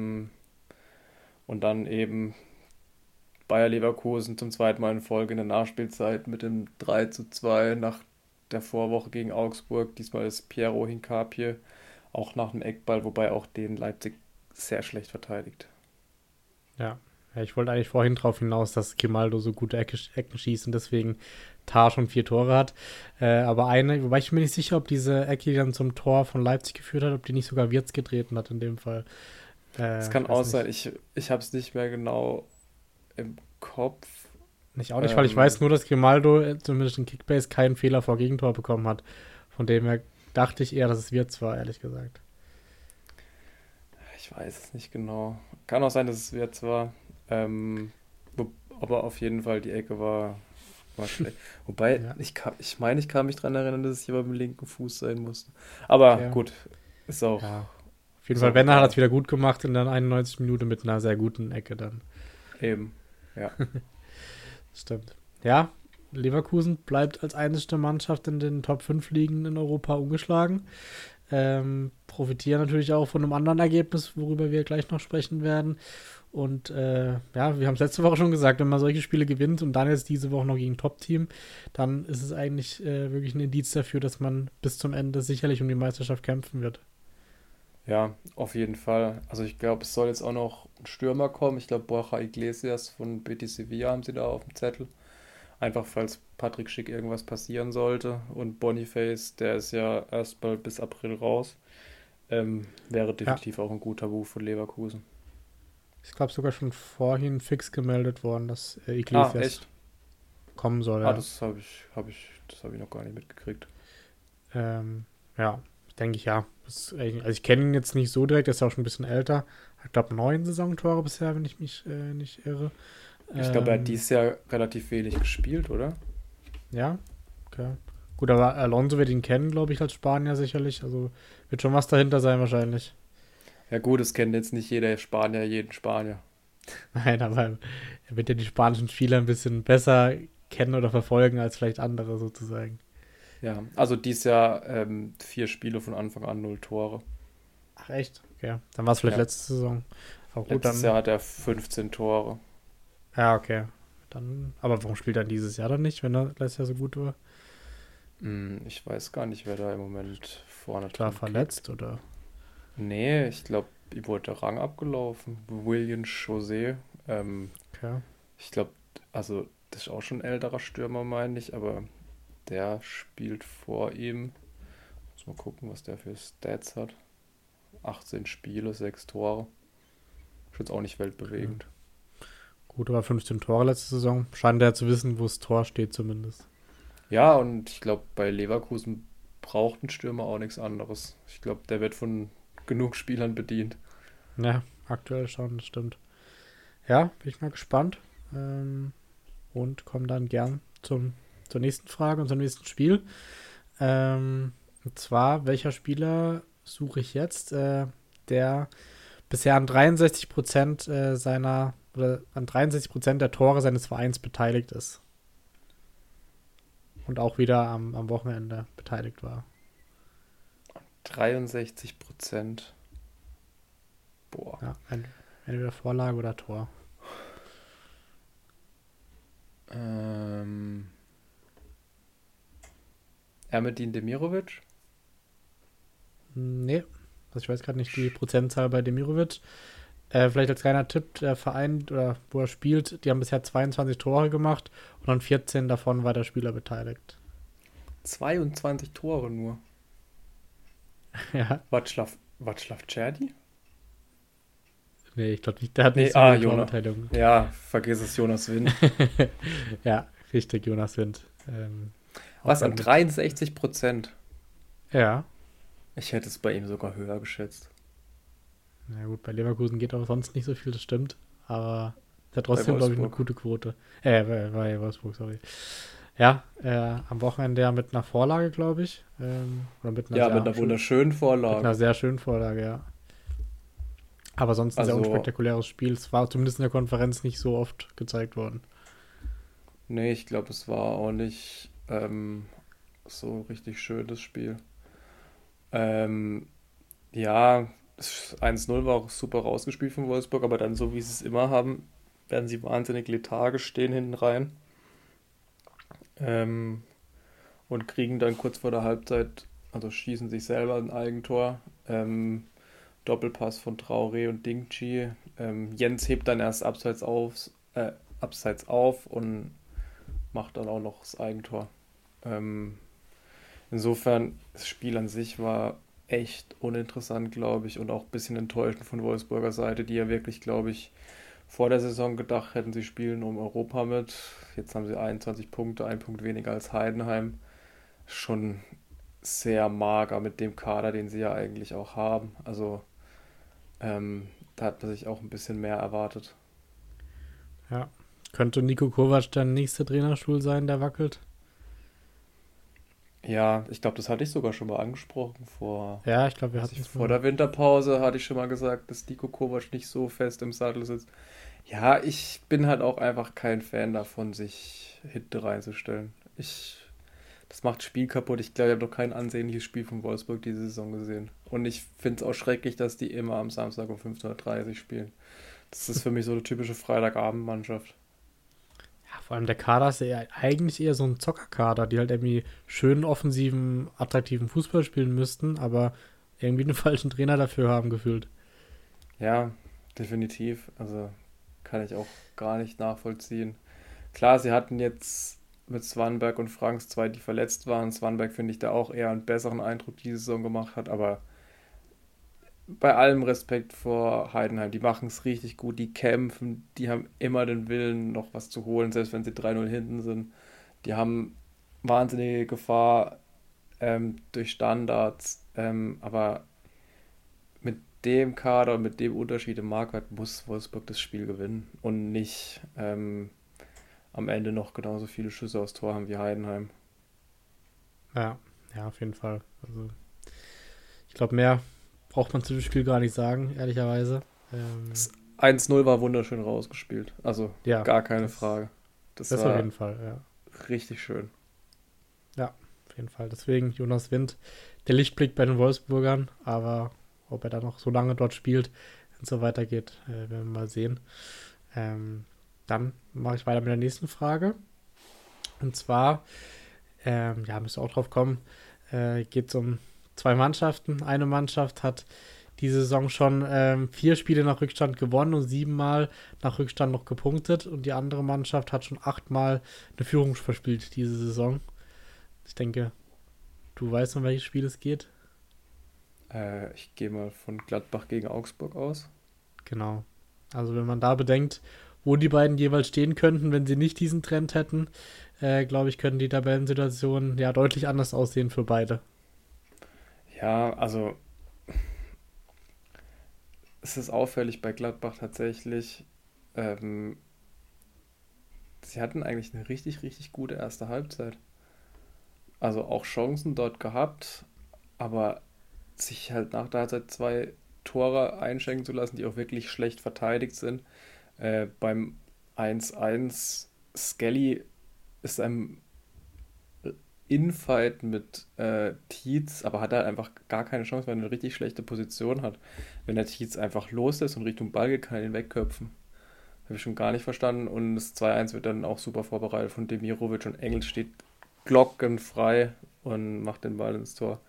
Und dann eben Bayer Leverkusen zum zweiten Mal in Folge in der Nachspielzeit mit dem 3:2 nach der Vorwoche gegen Augsburg. Diesmal ist Piero Hincapié auch nach dem Eckball, wobei auch den Leipzig sehr schlecht verteidigt. Ja. Ja, ich wollte eigentlich vorhin drauf hinaus, dass Grimaldo so gute Ecken schießt und deswegen Tar schon 4 Tore hat. Aber eine, wobei ich mir nicht sicher, ob diese Ecke, die dann zum Tor von Leipzig geführt hat, ob die nicht sogar Wirtz getreten hat in dem Fall. Es kann auch Weiß sein, nicht. ich habe es nicht mehr genau im Kopf. Nicht auch nicht, weil ich weiß Ähm, nur, dass Grimaldo zumindest in Kickbase keinen Fehler vor Gegentor bekommen hat. Von dem her dachte ich eher, dass es Wirtz war, ehrlich gesagt. Ich weiß es nicht genau. Kann auch sein, dass es jetzt war. Ähm, aber auf jeden Fall, die Ecke war schlecht. Wobei, Ja, ich meine, ich kann mich daran erinnern, dass es hier beim linken Fuß sein musste. Aber okay. gut, ist auch, Ja. Auf jeden ist Fall, auch wenn er hat egal. es wieder gut gemacht in der 91 Minute mit einer sehr guten Ecke dann. Eben, ja. Stimmt. Ja, Leverkusen bleibt als einzige Mannschaft in den Top 5 Ligen in Europa ungeschlagen. Profitieren natürlich auch von einem anderen Ergebnis, worüber wir gleich noch sprechen werden. Und ja, wir haben es letzte Woche schon gesagt, wenn man solche Spiele gewinnt und dann jetzt diese Woche noch gegen ein Top-Team, dann ist es eigentlich wirklich ein Indiz dafür, dass man bis zum Ende sicherlich um die Meisterschaft kämpfen wird. Ja, auf jeden Fall. Also ich glaube, es soll jetzt auch noch ein Stürmer kommen. Ich glaube, Borja Iglesias von Betis Sevilla haben sie da auf dem Zettel. Einfach falls Patrick Schick irgendwas passieren sollte. Und Boniface, der ist ja erst mal bis April raus. Wäre Ja, definitiv auch ein guter Move von Leverkusen. ich glaube sogar schon vorhin fix gemeldet worden, dass Ah, Iglesias echt? kommen soll, Ah, ja. das habe ich noch gar nicht mitgekriegt. Ja, denke ich ja. Also ich kenne ihn jetzt nicht so direkt, er ist ja auch schon ein bisschen älter. Ich glaube 9 Saisontore bisher, wenn ich mich nicht irre. Ich glaube, er hat Ähm, dieses Jahr relativ wenig gespielt, oder? ja, okay. Gut, aber Alonso wird ihn kennen, glaube ich, als Spanier sicherlich. Also wird schon was dahinter sein wahrscheinlich. Ja gut, es kennt jetzt nicht jeder Spanier jeden Spanier. Nein, aber er wird ja die spanischen Spieler ein bisschen besser kennen oder verfolgen als vielleicht andere sozusagen. Ja, also dieses Jahr 4 Spiele von Anfang an, 0 Tore. Ach, echt? Okay. Dann war es vielleicht Ja, letzte Saison. Aber gut, letztes dann. Jahr hat er 15 Tore. Ja, okay. Dann. Aber warum spielt er dieses Jahr dann nicht, wenn er letztes Jahr so gut war? Ich weiß gar nicht, wer da im Moment vorne Vielleicht war er drin kickt. verletzt oder. Nee, ich glaube, ihm wurde der Rang abgelaufen. William José. Ähm, Okay. Ich glaube, also das ist auch schon ein älterer Stürmer, meine ich, aber der spielt vor ihm. Muss mal gucken, was der für Stats hat. 18 Spiele, 6 Tore. Ist jetzt auch nicht Okay. weltbewegend. Gut, aber 15 Tore letzte Saison. Scheint er zu wissen, wo das Tor steht zumindest. Ja, und ich glaube, bei Leverkusen braucht ein Stürmer auch nichts anderes. Ich glaube, der wird von genug Spielern bedient. Ja, aktuell schon, das stimmt. Ja, bin ich mal gespannt. Und komme dann gern zur nächsten Frage und zum nächsten Spiel. Und zwar, welcher Spieler suche ich jetzt, der bisher an 63% seiner, oder an 63% der Tore seines Vereins beteiligt ist und auch wieder am Wochenende beteiligt war. 63%. Boah. Ja, entweder Vorlage oder Tor. Ähm, Ermedin Demirovic? Nee, also ich weiß gerade nicht die Prozentzahl bei Demirovic. Vielleicht als kleiner Tipp, der Verein, oder wo er spielt, die haben bisher 22 Tore gemacht und an 14 davon war der Spieler beteiligt. 22 Tore nur. Ja, Václav Černý? nee, ich glaube nicht, der hat nicht Nee, so viele Jonas. Torbeteiligung. Ja, vergiss es, Jonas Wind. Ja, richtig, Jonas Wind. Auch Was, dann an mit. 63%? Ja, Ich hätte es bei ihm sogar höher geschätzt. na gut, bei Leverkusen geht auch sonst nicht so viel, das stimmt. Aber ist ja Bei trotzdem, glaube ich, eine Wolfsburg. gute Quote. Bei Wolfsburg, sorry. Ja, am Wochenende ja mit einer Vorlage, glaube ich. Oder Ja, mit einer wunderschönen mit einer Vorlage. sehr schönen Vorlage, ja. Aber sonst ein sehr Also, unspektakuläres Spiel. Es war zumindest in der Konferenz nicht so oft gezeigt worden. nee, ich glaube, es war auch nicht so richtig schönes Spiel. Ähm, ja, 1-0 war auch super rausgespielt von Wolfsburg, aber dann, so wie sie es immer haben, werden sie wahnsinnig lethargisch stehen hinten rein. Ähm, und kriegen dann kurz vor der Halbzeit, also schießen sich selber ein Eigentor. Doppelpass von Traoré und Dingchi. Jens hebt dann erst abseits auf und macht dann auch noch das Eigentor. Ähm, insofern, das Spiel an sich war echt uninteressant, glaube ich, und auch ein bisschen enttäuschend von Wolfsburger Seite, die ja wirklich, glaube ich, vor der Saison gedacht hätten, sie spielen um Europa mit. Jetzt haben sie 21 Punkte, ein Punkt weniger als Heidenheim. Schon sehr mager mit dem Kader, den sie ja eigentlich auch haben. Also da hat man sich auch ein bisschen mehr erwartet. Ja. Könnte Nico Kovac der nächste Trainerstuhl sein, der wackelt? Ja, ich glaube, das hatte ich sogar schon mal angesprochen Ja, ich glaube, wir weiß hatten ich, es vor mal. der Winterpause hatte ich schon mal gesagt, dass Niko Kovac nicht so fest im Sattel sitzt. Ja, ich bin halt auch einfach kein Fan davon, sich hinten reinzustellen. Das macht Spiel kaputt. Ich glaube, ich habe noch kein ansehnliches Spiel von Wolfsburg diese Saison gesehen. Und ich finde es auch schrecklich, dass die immer am Samstag um 15:30 Uhr spielen. Das ist für mich so eine typische Freitagabendmannschaft. Ja, vor allem der Kader ist ja eigentlich eher so ein Zockerkader, die halt irgendwie schönen, offensiven, attraktiven Fußball spielen müssten, aber irgendwie einen falschen Trainer dafür haben gefühlt. Ja, definitiv. Also kann ich auch gar nicht nachvollziehen. Klar, sie hatten jetzt mit Swanberg und Franks zwei, die verletzt waren. Swanberg finde ich da auch eher einen besseren Eindruck diese Saison gemacht hat, aber bei allem Respekt vor Heidenheim, die machen es richtig gut, die kämpfen, die haben immer den Willen, noch was zu holen, selbst wenn sie 3-0 hinten sind. Die haben wahnsinnige Gefahr durch Standards, aber mit dem Kader und mit dem Unterschied im Marktwert muss Wolfsburg das Spiel gewinnen und nicht am Ende noch genauso viele Schüsse aufs Tor haben wie Heidenheim. Ja, ja, auf jeden Fall. Also, ich glaube, mehr braucht man zu dem Spiel gar nicht sagen, ehrlicherweise. Das 1-0 war wunderschön rausgespielt, also Ja, gar keine das, Frage. Das das auf war jeden Fall, ja. richtig schön. Ja, auf jeden Fall. Deswegen Jonas Wind, der Lichtblick bei den Wolfsburgern, aber ob er da noch so lange dort spielt, wenn es so weitergeht, werden wir mal sehen. Dann mache ich weiter mit der nächsten Frage. Und zwar, müsst ihr auch drauf kommen, geht es um zwei Mannschaften. Eine Mannschaft hat diese Saison schon 4 Spiele nach Rückstand gewonnen und 7 Mal nach Rückstand noch gepunktet. Und die andere Mannschaft hat schon 8 Mal eine Führung verspielt diese Saison. Ich denke, du weißt, um welches Spiel es geht. Ich gehe mal von Gladbach gegen Augsburg aus. Genau. Also wenn man da bedenkt, wo die beiden jeweils stehen könnten, wenn sie nicht diesen Trend hätten, glaube ich, könnten die Tabellensituationen ja deutlich anders aussehen für beide. Ja, also es ist auffällig bei Gladbach tatsächlich. Ähm, Sie hatten eigentlich eine richtig, richtig gute erste Halbzeit. Also auch Chancen dort gehabt, aber sich halt nach der Halbzeit 2 Tore einschenken zu lassen, die auch wirklich schlecht verteidigt sind. Beim 1:1 Skelly ist einem Infight mit Tietz, aber hat halt einfach gar keine Chance, weil er eine richtig schlechte Position hat. Wenn der Tietz einfach loslässt und Richtung Ball geht, kann er ihn wegköpfen. Habe ich schon gar nicht verstanden. Und das 2:1 wird dann auch super vorbereitet von Demirovic und Engel steht glockenfrei und macht den Ball ins Tor.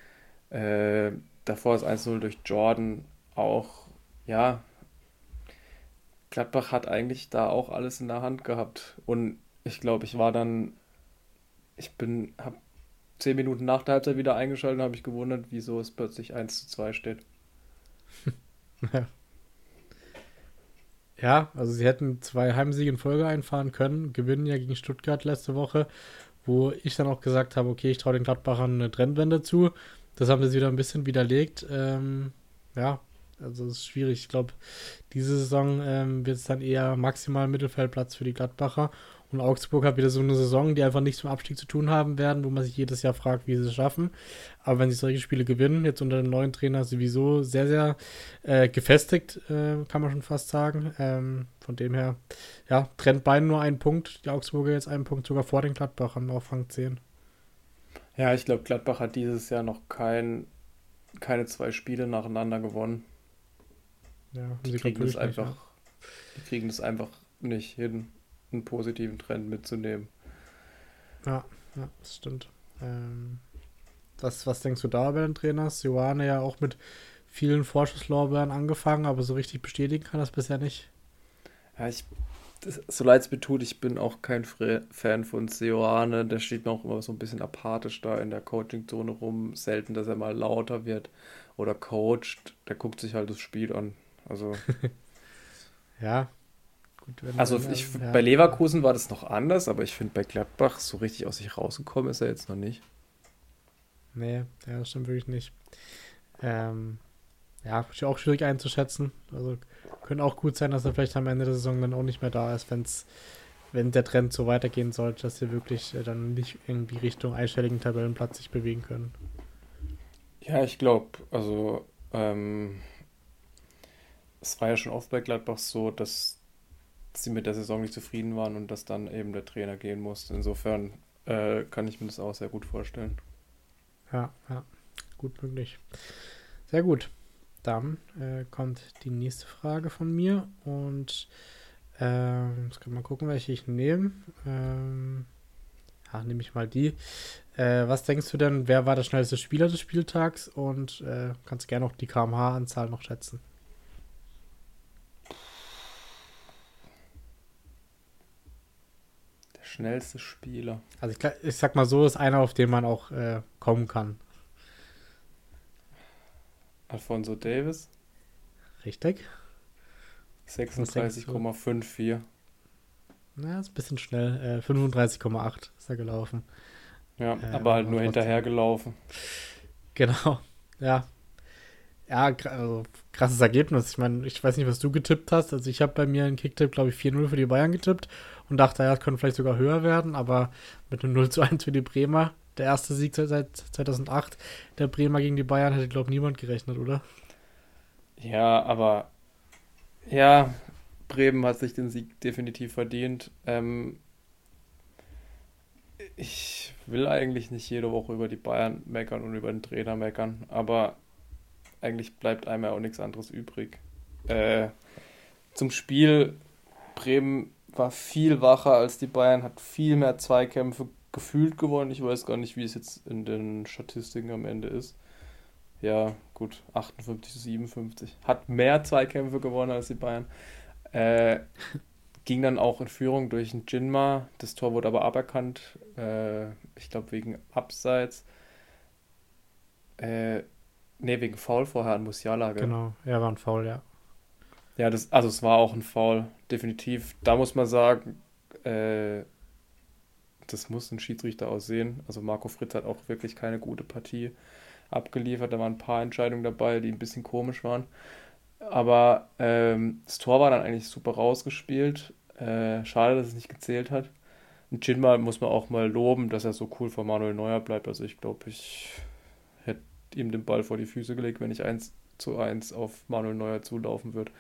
Davor ist 1:0 durch Jordan auch, ja, Gladbach hat eigentlich da auch alles in der Hand gehabt. Und ich glaube, habe 10 Minuten nach der Halbzeit wieder eingeschaltet und habe mich gewundert, wieso es plötzlich 1:2 steht. Ja, also sie hätten 2 Heimsiege in Folge einfahren können, gewinnen ja gegen Stuttgart letzte Woche, wo ich dann auch gesagt habe, okay, ich traue den Gladbachern eine Trendwende zu. Das haben sie wieder ein bisschen widerlegt. Ja, also es ist schwierig. Ich glaube, diese Saison wird es dann eher maximal Mittelfeldplatz für die Gladbacher. Und Augsburg hat wieder so eine Saison, die einfach nichts mit dem Abstieg zu tun haben werden, wo man sich jedes Jahr fragt, wie sie es schaffen. Aber wenn sie solche Spiele gewinnen, jetzt unter dem neuen Trainer sowieso sehr, sehr gefestigt, kann man schon fast sagen. Von dem her, ja, trennt beiden nur einen Punkt. Die Augsburger jetzt einen Punkt sogar vor den Gladbachern auf Rang 10. Ja, ich glaube, Gladbach hat dieses Jahr noch keine 2 Spiele nacheinander gewonnen. Ja, haben Die sie, glaube kriegen das ich, wirklich nicht, ja. einfach, die kriegen das einfach nicht hin, einen positiven Trend mitzunehmen. Ja, ja, das stimmt. Ähm, was denkst du da bei den Trainers? Joane ja auch mit vielen Vorschusslorbeeren angefangen, aber so richtig bestätigen kann das bisher nicht. Ja, so leid es mir tut, ich bin auch kein Fan von Seoane. Der steht mir auch immer so ein bisschen apathisch da in der Coaching-Zone rum. Selten, dass er mal lauter wird oder coacht. Der guckt sich halt das Spiel an. Also, Ja, gut, also bei ja, Leverkusen war das noch anders, aber ich finde bei Gladbach so richtig aus sich rausgekommen ist er jetzt noch nicht. nee, ja, das stimmt wirklich nicht. Ähm, ja, ist ja auch schwierig einzuschätzen. Also könnte auch gut sein, dass er vielleicht am Ende der Saison dann auch nicht mehr da ist, wenn der Trend so weitergehen sollte, dass sie wirklich dann nicht irgendwie Richtung einstelligen Tabellenplatz sich bewegen können. Ja, ich glaube, also es war ja schon oft bei Gladbach so, dass sie mit der Saison nicht zufrieden waren und dass dann eben der Trainer gehen musste. Insofern kann ich mir das auch sehr gut vorstellen. Ja, ja, gut möglich. Sehr gut. Dann kommt die nächste Frage von mir und jetzt kann man gucken, welche ich nehme. Nehme ich mal die. Was denkst du denn, wer war der schnellste Spieler des Spieltags und kannst gerne auch die kmh-Anzahl noch schätzen? Der schnellste Spieler. Also ich sag mal so, ist einer, auf den man auch kommen kann. Alphonso Davies, Richtig? Was denkst du? 36,54. Na, ist ein bisschen schnell. 35,8 ist er gelaufen. Ja, aber halt Aber nur trotzdem. hinterhergelaufen. Genau. Ja, ja, also krasses Ergebnis. Ich meine, ich weiß nicht, was du getippt hast. Also ich habe bei mir einen Kicktipp, glaube ich, 4:0 für die Bayern getippt und dachte, ja, es könnte vielleicht sogar höher werden, aber mit einem 0:1 für die Bremer, der erste Sieg seit 2008, der Bremer gegen die Bayern, hätte, glaube ich, niemand gerechnet, oder? Ja, aber ja, Bremen hat sich den Sieg definitiv verdient. Ich will eigentlich nicht jede Woche über die Bayern meckern und über den Trainer meckern, aber eigentlich bleibt einem ja auch nichts anderes übrig. Äh, Zum Spiel, Bremen war viel wacher als die Bayern, hat viel mehr Zweikämpfe gefühlt gewonnen. Ich weiß gar nicht, wie es jetzt in den Statistiken am Ende ist. Ja, gut, 58 zu 57. Hat mehr Zweikämpfe gewonnen als die Bayern. Äh, Ging dann auch in Führung durch einen Jinma. Das Tor wurde aber aberkannt. Ich glaube wegen Abseits. Äh, Ne, wegen Foul vorher an Musiala, gell? Genau, er war ein Foul, ja. Ja, also es war auch ein Foul, definitiv. Da muss man sagen, äh, das muss ein Schiedsrichter aussehen. Also Marco Fritz hat auch wirklich keine gute Partie abgeliefert. Da waren ein paar Entscheidungen dabei, die ein bisschen komisch waren. Aber das Tor war dann eigentlich super rausgespielt. Schade, dass es nicht gezählt hat. Und Jinma muss man auch mal loben, dass er so cool vor Manuel Neuer bleibt. Also ich glaube, ich hätte ihm den Ball vor die Füße gelegt, wenn ich 1:1 auf Manuel Neuer zulaufen würde.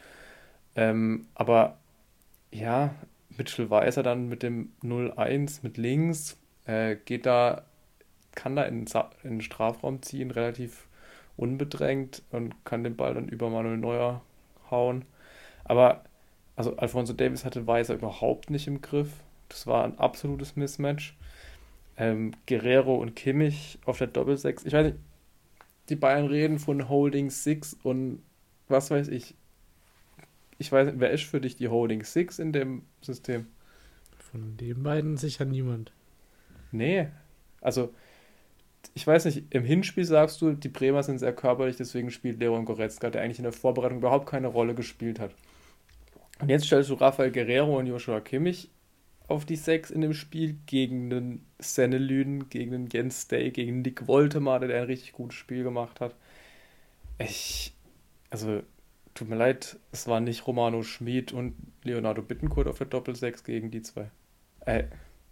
Aber ja, Mitchell Weiser dann mit dem 0:1 mit links, geht da, kann da in den Strafraum ziehen, relativ unbedrängt und kann den Ball dann über Manuel Neuer hauen. Aber also Alphonso Davies hatte Weiser überhaupt nicht im Griff. Das war ein absolutes Mismatch. Guerrero und Kimmich auf der Doppelsechs. Ich weiß nicht, die Bayern reden von Holding Six und was weiß ich. Ich weiß nicht, wer ist für dich die Holding Six in dem System? Von den beiden sicher niemand. Nee. Also, ich weiß nicht, im Hinspiel sagst du, die Bremer sind sehr körperlich, deswegen spielt Leon Goretzka, der eigentlich in der Vorbereitung überhaupt keine Rolle gespielt hat. Und jetzt stellst du Rafael Guerrero und Joshua Kimmich auf die Sechs in dem Spiel gegen den Sennelyn, gegen den Jens Day, gegen Nick Woltemar, der ein richtig gutes Spiel gemacht hat. Ich, also, tut mir leid, es war nicht Romano Schmid und Leonardo Bittencourt auf der Doppelsechs gegen die zwei. Äh,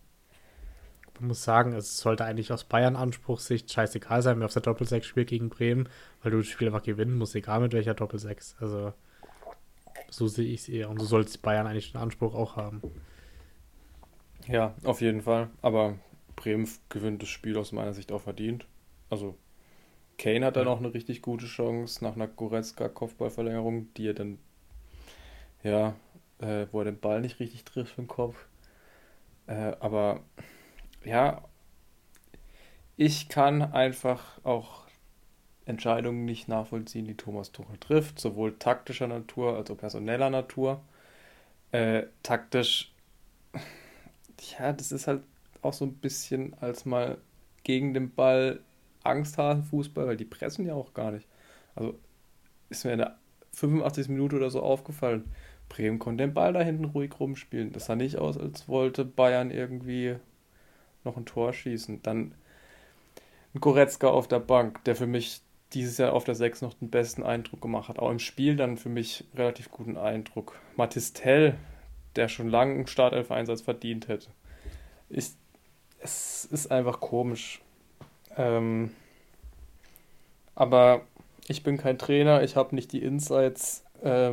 Man muss sagen, es sollte eigentlich aus Bayern-Anspruchssicht scheißegal sein, wer auf der Doppelsechs spielt gegen Bremen, weil du das Spiel einfach gewinnen musst, egal mit welcher Doppelsechs. Also, so sehe ich es eher. Und so sollte Bayern eigentlich den Anspruch auch haben. ja, auf jeden Fall. Aber Bremen gewinnt das Spiel aus meiner Sicht auch verdient. Also, Kane hat dann Ja. auch eine richtig gute Chance nach einer Goretzka-Kopfballverlängerung, die er dann, ja, wo er den Ball nicht richtig trifft im Kopf. Aber ja, ich kann einfach auch Entscheidungen nicht nachvollziehen, die Thomas Tuchel trifft, sowohl taktischer Natur als auch personeller Natur. Taktisch, ja, das ist halt auch so ein bisschen als mal gegen den Ball Angsthasenfußball, weil die pressen ja auch gar nicht. Also ist mir in der 85. Minute oder so aufgefallen. Bremen konnte den Ball da hinten ruhig rumspielen. Das sah nicht aus, als wollte Bayern irgendwie noch ein Tor schießen. Dann ein Goretzka auf der Bank, der für mich dieses Jahr auf der 6 noch den besten Eindruck gemacht hat. Auch im Spiel dann für mich relativ guten Eindruck. Mathis Tell, der schon lange einen Startelf-Einsatz verdient hätte. Ist, Es ist einfach komisch. Ähm, aber ich bin kein Trainer, ich habe nicht die Insights.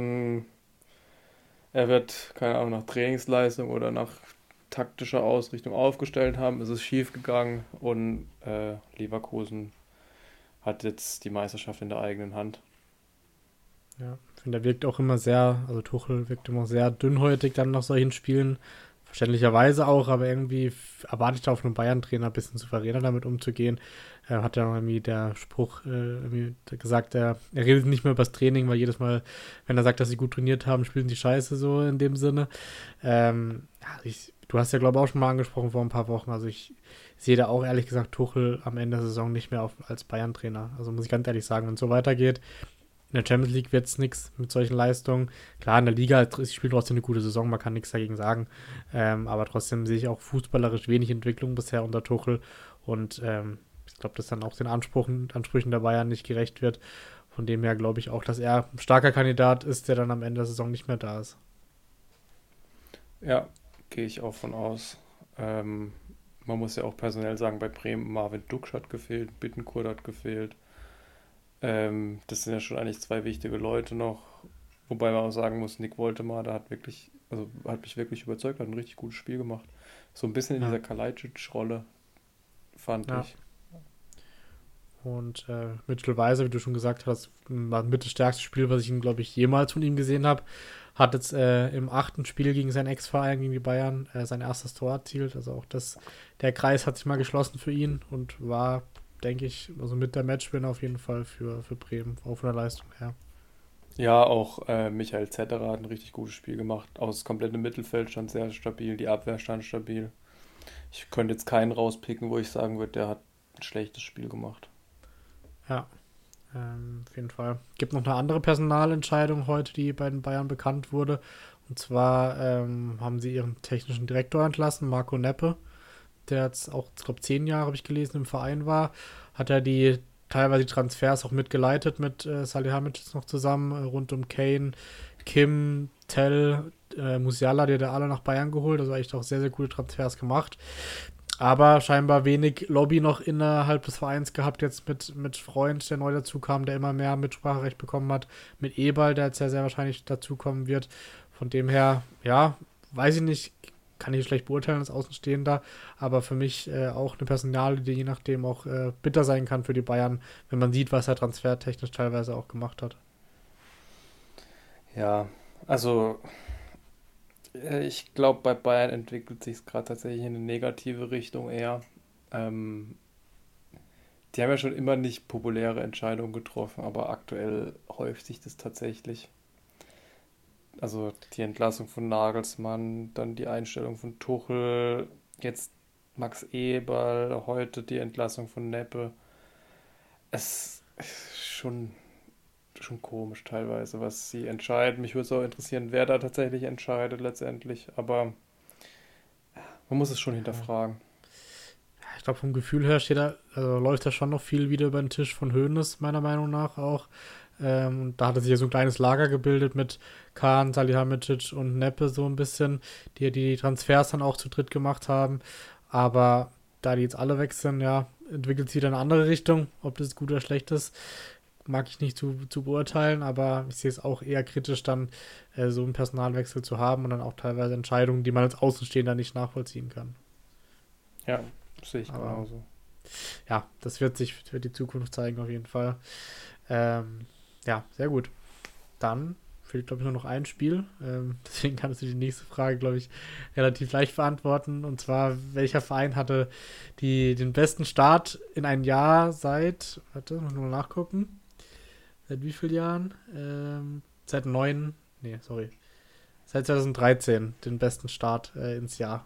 Er wird, keine Ahnung, nach Trainingsleistung oder nach taktischer Ausrichtung aufgestellt haben. Es ist schief gegangen und Leverkusen hat jetzt die Meisterschaft in der eigenen Hand. Ja, ich finde, er wirkt auch immer sehr, also Tuchel wirkt immer sehr dünnhäutig dann nach solchen Spielen. Verständlicherweise auch, aber irgendwie erwarte ich da auf einen Bayern-Trainer ein bisschen souveräner damit umzugehen. Hat ja auch irgendwie der Spruch irgendwie gesagt, er redet nicht mehr über das Training, weil jedes Mal, wenn er sagt, dass sie gut trainiert haben, spielen sie scheiße, so in dem Sinne. Ja, du hast ja, glaube ich, auch schon mal angesprochen vor ein paar Wochen. Also ich sehe da auch ehrlich gesagt Tuchel am Ende der Saison nicht mehr als Bayern-Trainer. Also muss ich ganz ehrlich sagen, wenn es so weitergeht, in der Champions League wird es nichts mit solchen Leistungen. Klar, in der Liga spielt trotzdem eine gute Saison, man kann nichts dagegen sagen. Aber trotzdem sehe ich auch fußballerisch wenig Entwicklung bisher unter Tuchel. Und ich glaube, dass dann auch den Ansprüchen der Bayern nicht gerecht wird. Von dem her glaube ich auch, dass er ein starker Kandidat ist, der dann am Ende der Saison nicht mehr da ist. Ja, gehe ich auch von aus. Man muss ja auch personell sagen, bei Bremen Marvin Duksch hat gefehlt, Bittencourt hat gefehlt. Das sind ja schon eigentlich zwei wichtige Leute noch. Wobei man auch sagen muss, Nick Woltemar, der hat wirklich, also hat mich wirklich überzeugt, hat ein richtig gutes Spiel gemacht. So ein bisschen in Ja, dieser Kalajdzic-Rolle. fand Ja. ich. Und Mitchell Weiser, wie du schon gesagt hast, war mit das stärkste Spiel, was ich ihn, glaube ich, jemals von ihm gesehen habe. Hat jetzt im 8. Spiel gegen seinen Ex-Verein, gegen die Bayern, sein erstes Tor erzielt. Also auch der Kreis hat sich mal geschlossen für ihn und war, denke ich, also mit der Matchwinner auf jeden Fall für Bremen, auch von der Leistung her. Ja, auch Michael Zetterer hat ein richtig gutes Spiel gemacht. Auch das komplette Mittelfeld stand sehr stabil, die Abwehr stand stabil. Ich könnte jetzt keinen rauspicken, wo ich sagen würde, der hat ein schlechtes Spiel gemacht. Ja, auf jeden Fall. Gibt noch eine andere Personalentscheidung heute, die bei den Bayern bekannt wurde. Und zwar haben sie ihren technischen Direktor entlassen, Marco Neppe, der jetzt auch, ich glaube, 10 Jahre, habe ich gelesen, im Verein war. Hat er die teilweise die Transfers auch mitgeleitet mit Salihamidzic noch zusammen, rund um Kane, Kim, Tell, Musiala, die hat er alle nach Bayern geholt. Also echt auch sehr, sehr gute Transfers gemacht. Aber scheinbar wenig Lobby noch innerhalb des Vereins gehabt, jetzt mit Freund, der neu dazukam, der immer mehr Mitspracherecht bekommen hat, mit Eberl, der jetzt ja sehr wahrscheinlich dazukommen wird. Von dem her, ja, weiß ich nicht, kann ich schlecht beurteilen als Außenstehender, aber für mich auch eine Personalie, die je nachdem auch bitter sein kann für die Bayern, wenn man sieht, was er transfertechnisch teilweise auch gemacht hat. Ja, also ich glaube, bei Bayern entwickelt sich es gerade tatsächlich in eine negative Richtung eher. Ähm, Die haben ja schon immer nicht populäre Entscheidungen getroffen, aber aktuell häuft sich das tatsächlich. Also die Entlassung von Nagelsmann, dann die Einstellung von Tuchel, jetzt Max Eberl, heute die Entlassung von Neppe. Es ist schon komisch teilweise, was sie entscheiden. Mich würde es auch interessieren, wer da tatsächlich entscheidet letztendlich, aber man muss es schon Ja. hinterfragen. Ich glaube, vom Gefühl her also läuft da schon noch viel wieder über den Tisch von Hoeneß, meiner Meinung nach auch. Und da hatte sich ja so ein kleines Lager gebildet mit Kahn, Salihamidzic und Neppe so ein bisschen, die Transfers dann auch zu dritt gemacht haben. Aber da die jetzt alle weg sind, ja, entwickelt sich dann eine andere Richtung. Ob das gut oder schlecht ist, mag ich nicht zu beurteilen, aber ich sehe es auch eher kritisch, dann so einen Personalwechsel zu haben und dann auch teilweise Entscheidungen, die man als Außenstehender nicht nachvollziehen kann. Ja, sehe ich Aber genauso. ja, das wird die Zukunft zeigen auf jeden Fall. Ähm, ja, sehr gut. Dann fehlt, glaube ich, nur noch ein Spiel. Deswegen kannst du die nächste Frage, glaube ich, relativ leicht beantworten. Und zwar, welcher Verein hatte den besten Start in ein Jahr warte, muss ich mal nachgucken. Seit wie vielen Jahren? Seit 9, nee, sorry. Seit 2013 den besten Start ins Jahr.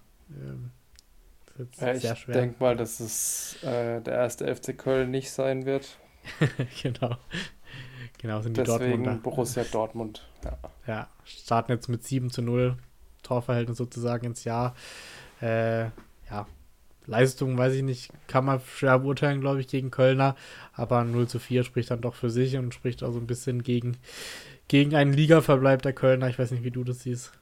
Das ist Ja, jetzt sehr ich schwer. denke mal, dass es der erste FC Köln nicht sein wird. Genau, genau, sind die Dortmunder. Deswegen Borussia Dortmund. Ja. Ja, starten jetzt mit 7:0 Torverhältnis sozusagen ins Jahr. Äh, ja, Leistung, weiß ich nicht, kann man schwer beurteilen, glaube ich, gegen Kölner. Aber 0:4 spricht dann doch für sich und spricht auch so ein bisschen gegen einen Ligaverbleib der Kölner. Ich weiß nicht, wie du das siehst.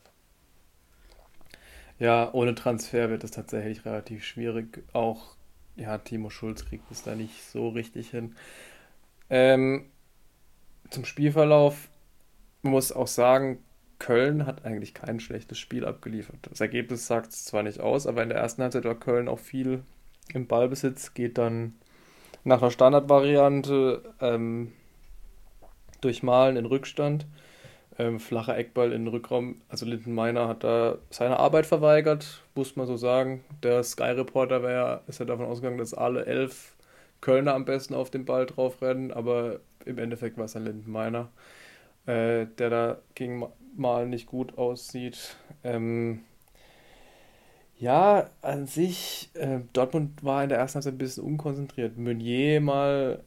Ja, ohne Transfer wird es tatsächlich relativ schwierig. Auch, ja, Timo Schulz kriegt es da nicht so richtig hin. Ähm, Zum Spielverlauf, man muss auch sagen, Köln hat eigentlich kein schlechtes Spiel abgeliefert. Das Ergebnis sagt es zwar nicht aus, aber in der ersten Halbzeit war Köln auch viel im Ballbesitz, geht dann nach einer Standardvariante durch Malen in Rückstand. Flacher Eckball in den Rückraum. Also Lindenmeiner hat da seine Arbeit verweigert, muss man so sagen. Der Sky-Reporter ist ja davon ausgegangen, dass alle 11 Kölner am besten auf den Ball drauf rennen, aber im Endeffekt war es dann Lindenmeiner, der da gegen Mal nicht gut aussieht. Ja, an sich, Dortmund war in der ersten Halbzeit ein bisschen unkonzentriert. Meunier mal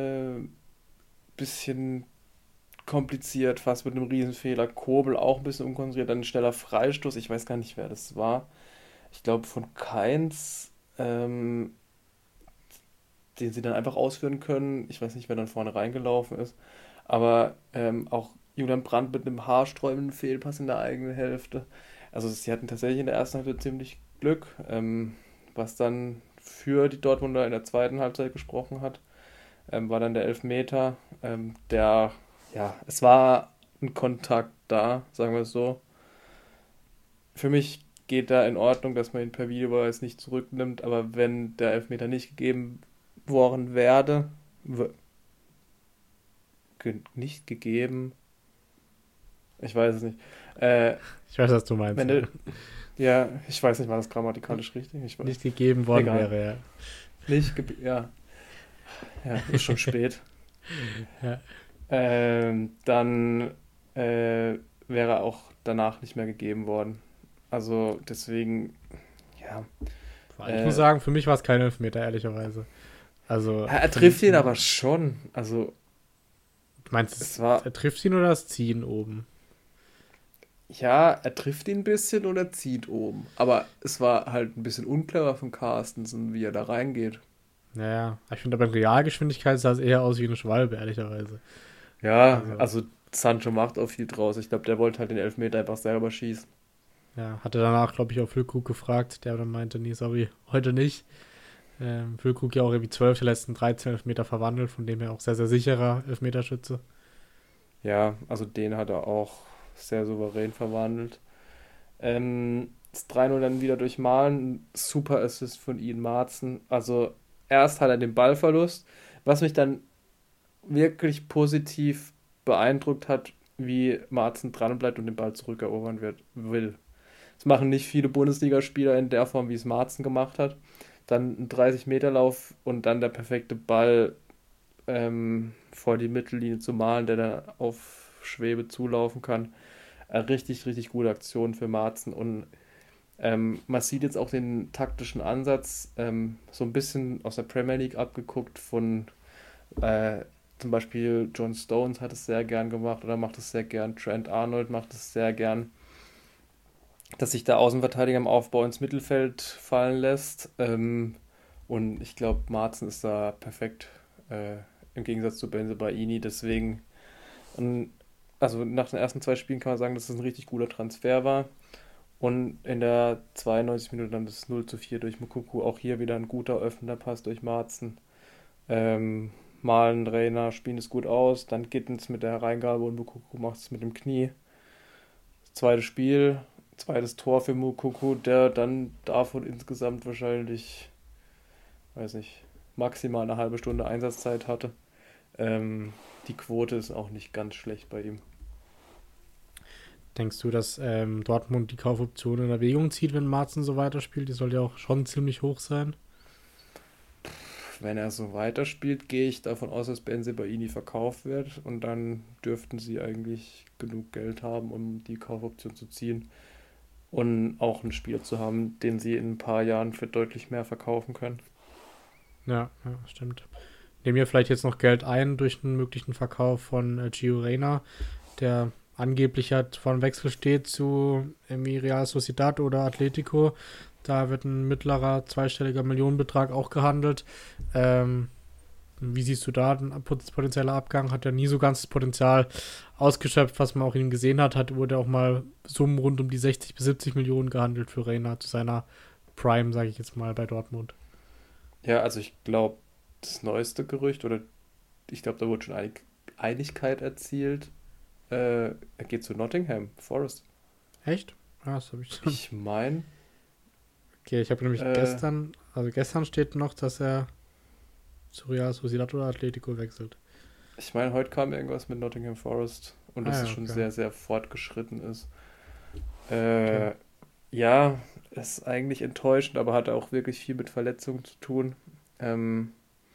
bisschen kompliziert, fast mit einem Riesenfehler. Kobel auch ein bisschen unkonzentriert, dann ein schneller Freistoß. Ich weiß gar nicht, wer das war. Ich glaube von Keins, den sie dann einfach ausführen können. Ich weiß nicht, wer dann vorne reingelaufen ist. Aber auch Julian Brandt mit einem haarsträubenden Fehlpass in der eigenen Hälfte. Also sie hatten tatsächlich in der ersten Halbzeit ziemlich Glück, was dann für die Dortmunder in der zweiten Halbzeit gesprochen hat, war dann der Elfmeter. Ja, es war ein Kontakt da, sagen wir es so. Für mich geht da in Ordnung, dass man ihn per Videobeweis nicht zurücknimmt, aber wenn der Elfmeter nicht gegeben worden nicht gegeben, ich weiß es nicht. Äh, Ich weiß, was du meinst. wenn Ja. der, ja, ich weiß nicht, war das grammatikalisch richtig? Ich weiß. Nicht gegeben worden Egal. wäre, ja. Ja, ja, ist schon spät. Ja. Dann wäre er auch danach nicht mehr gegeben worden. Also deswegen, ja. Ich muss sagen, für mich war es kein Elfmeter, ehrlicherweise. Also, Er trifft ihn aber schon. Also du meinst, es war, er trifft ihn oder das Ziehen oben? ja, er trifft ihn ein bisschen und er zieht oben. Aber es war halt ein bisschen unclever von Carstensen, wie er da reingeht. Naja, ich finde, aber in Realgeschwindigkeit sah es eher aus wie eine Schwalbe, ehrlicherweise. Ja, Also, also Sancho macht auch viel draus. Ich glaube, der wollte halt den Elfmeter einfach selber schießen. ja, hatte danach, glaube ich, auch Füllkrug gefragt, der dann meinte, nee, sorry, heute nicht. Füllkrug ja auch irgendwie 12 der letzten 13 Elfmeter verwandelt, von dem her auch sehr, sehr sicherer Elfmeterschütze. Ja, also den hat er auch sehr souverän verwandelt. Das 3-0 dann wieder durch Malen. Super Assist von Ian Maatsen. Also erst hat er den Ballverlust, was mich dann wirklich positiv beeindruckt hat, wie Maatsen dranbleibt und den Ball will. Das machen nicht viele Bundesligaspieler in der Form, wie es Maatsen gemacht hat. Dann ein 30-Meter-Lauf und dann der perfekte Ball vor die Mittellinie zu malen, der dann auf Schwebe zulaufen kann. Richtig, richtig gute Aktion für Maatsen und man sieht jetzt auch den taktischen Ansatz so ein bisschen aus der Premier League abgeguckt von äh, zum Beispiel John Stones hat es sehr gern gemacht oder macht es sehr gern. Trent Arnold macht es sehr gern, dass sich der Außenverteidiger im Aufbau ins Mittelfeld fallen lässt. Und ich glaube, Maatsen ist da perfekt im Gegensatz zu Bensebaini. Deswegen, ähm, also nach den ersten 2 Spielen kann man sagen, dass es ein richtig guter Transfer war. Und in der 92 Minute dann das 0:4 durch Moukoko. Auch hier wieder ein guter öffnender Pass durch Maatsen. Ähm, Malen, Reina spielen es gut aus. Dann Gittens mit der Hereingabe und Moukoko macht es mit dem Knie. Zweites Spiel, zweites Tor für Moukoko, der dann davon insgesamt wahrscheinlich, weiß nicht, maximal eine halbe Stunde Einsatzzeit hatte. Die Quote ist auch nicht ganz schlecht bei ihm. Denkst du, dass Dortmund die Kaufoption in Erwägung zieht, wenn Marzen so weiterspielt? Die soll ja auch schon ziemlich hoch sein. Wenn er so weiterspielt, gehe ich davon aus, dass Bensebaini verkauft wird und dann dürften sie eigentlich genug Geld haben, um die Kaufoption zu ziehen und auch einen Spieler zu haben, den sie in ein paar Jahren für deutlich mehr verkaufen können. Ja, ja, stimmt. Nehmen wir vielleicht jetzt noch Geld ein durch einen möglichen Verkauf von Gio Reyna, der angeblich halt vor einem Wechsel steht zu irgendwie Real Sociedad oder Atletico. Da wird ein mittlerer zweistelliger Millionenbetrag auch gehandelt. Ähm, Wie siehst du da den potenzieller Abgang? Hat ja nie so ganz das Potenzial ausgeschöpft, was man auch in ihm gesehen hat. Wurde auch mal Summen rund um die 60 bis 70 Millionen gehandelt für Reyna zu seiner Prime, sage ich jetzt mal, bei Dortmund. Ja, also ich glaube, das neueste Gerücht, oder ich glaube, da wurde schon Einigkeit erzielt. Er geht zu Nottingham Forest. Echt? Ja, das habe ich schon. Ich meine, Okay, ich habe nämlich äh, gestern steht noch, dass er zu Real Sociedad oder Atletico wechselt. heute kam irgendwas mit Nottingham Forest und Ah dass es ja, schon okay. sehr, sehr fortgeschritten ist. Okay. Äh, ja, ist eigentlich enttäuschend, aber hat auch wirklich viel mit Verletzungen zu tun. Ähm,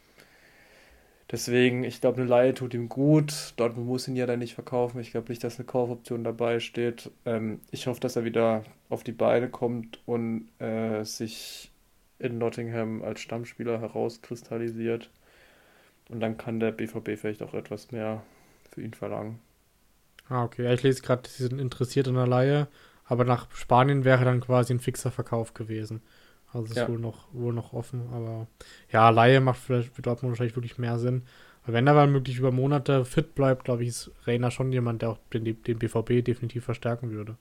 Deswegen, ich glaube, eine Leihe tut ihm gut. Dortmund muss ihn ja dann nicht verkaufen. Ich glaube nicht, dass eine Kaufoption dabei steht. Ich hoffe, dass er wieder auf die Beine kommt und sich in Nottingham als Stammspieler herauskristallisiert. Und dann kann der BVB vielleicht auch etwas mehr für ihn verlangen. Ah, okay. Ja, ich lese gerade, sie sind interessiert an der Leihe, aber nach Spanien wäre dann quasi ein fixer Verkauf gewesen. Also ist Ja, wohl noch offen, aber ja, Leihe macht vielleicht für Dortmund wahrscheinlich wirklich mehr Sinn. Weil wenn er mal möglich über Monate fit bleibt, glaube ich, ist Reina schon jemand, der auch den BVB definitiv verstärken würde.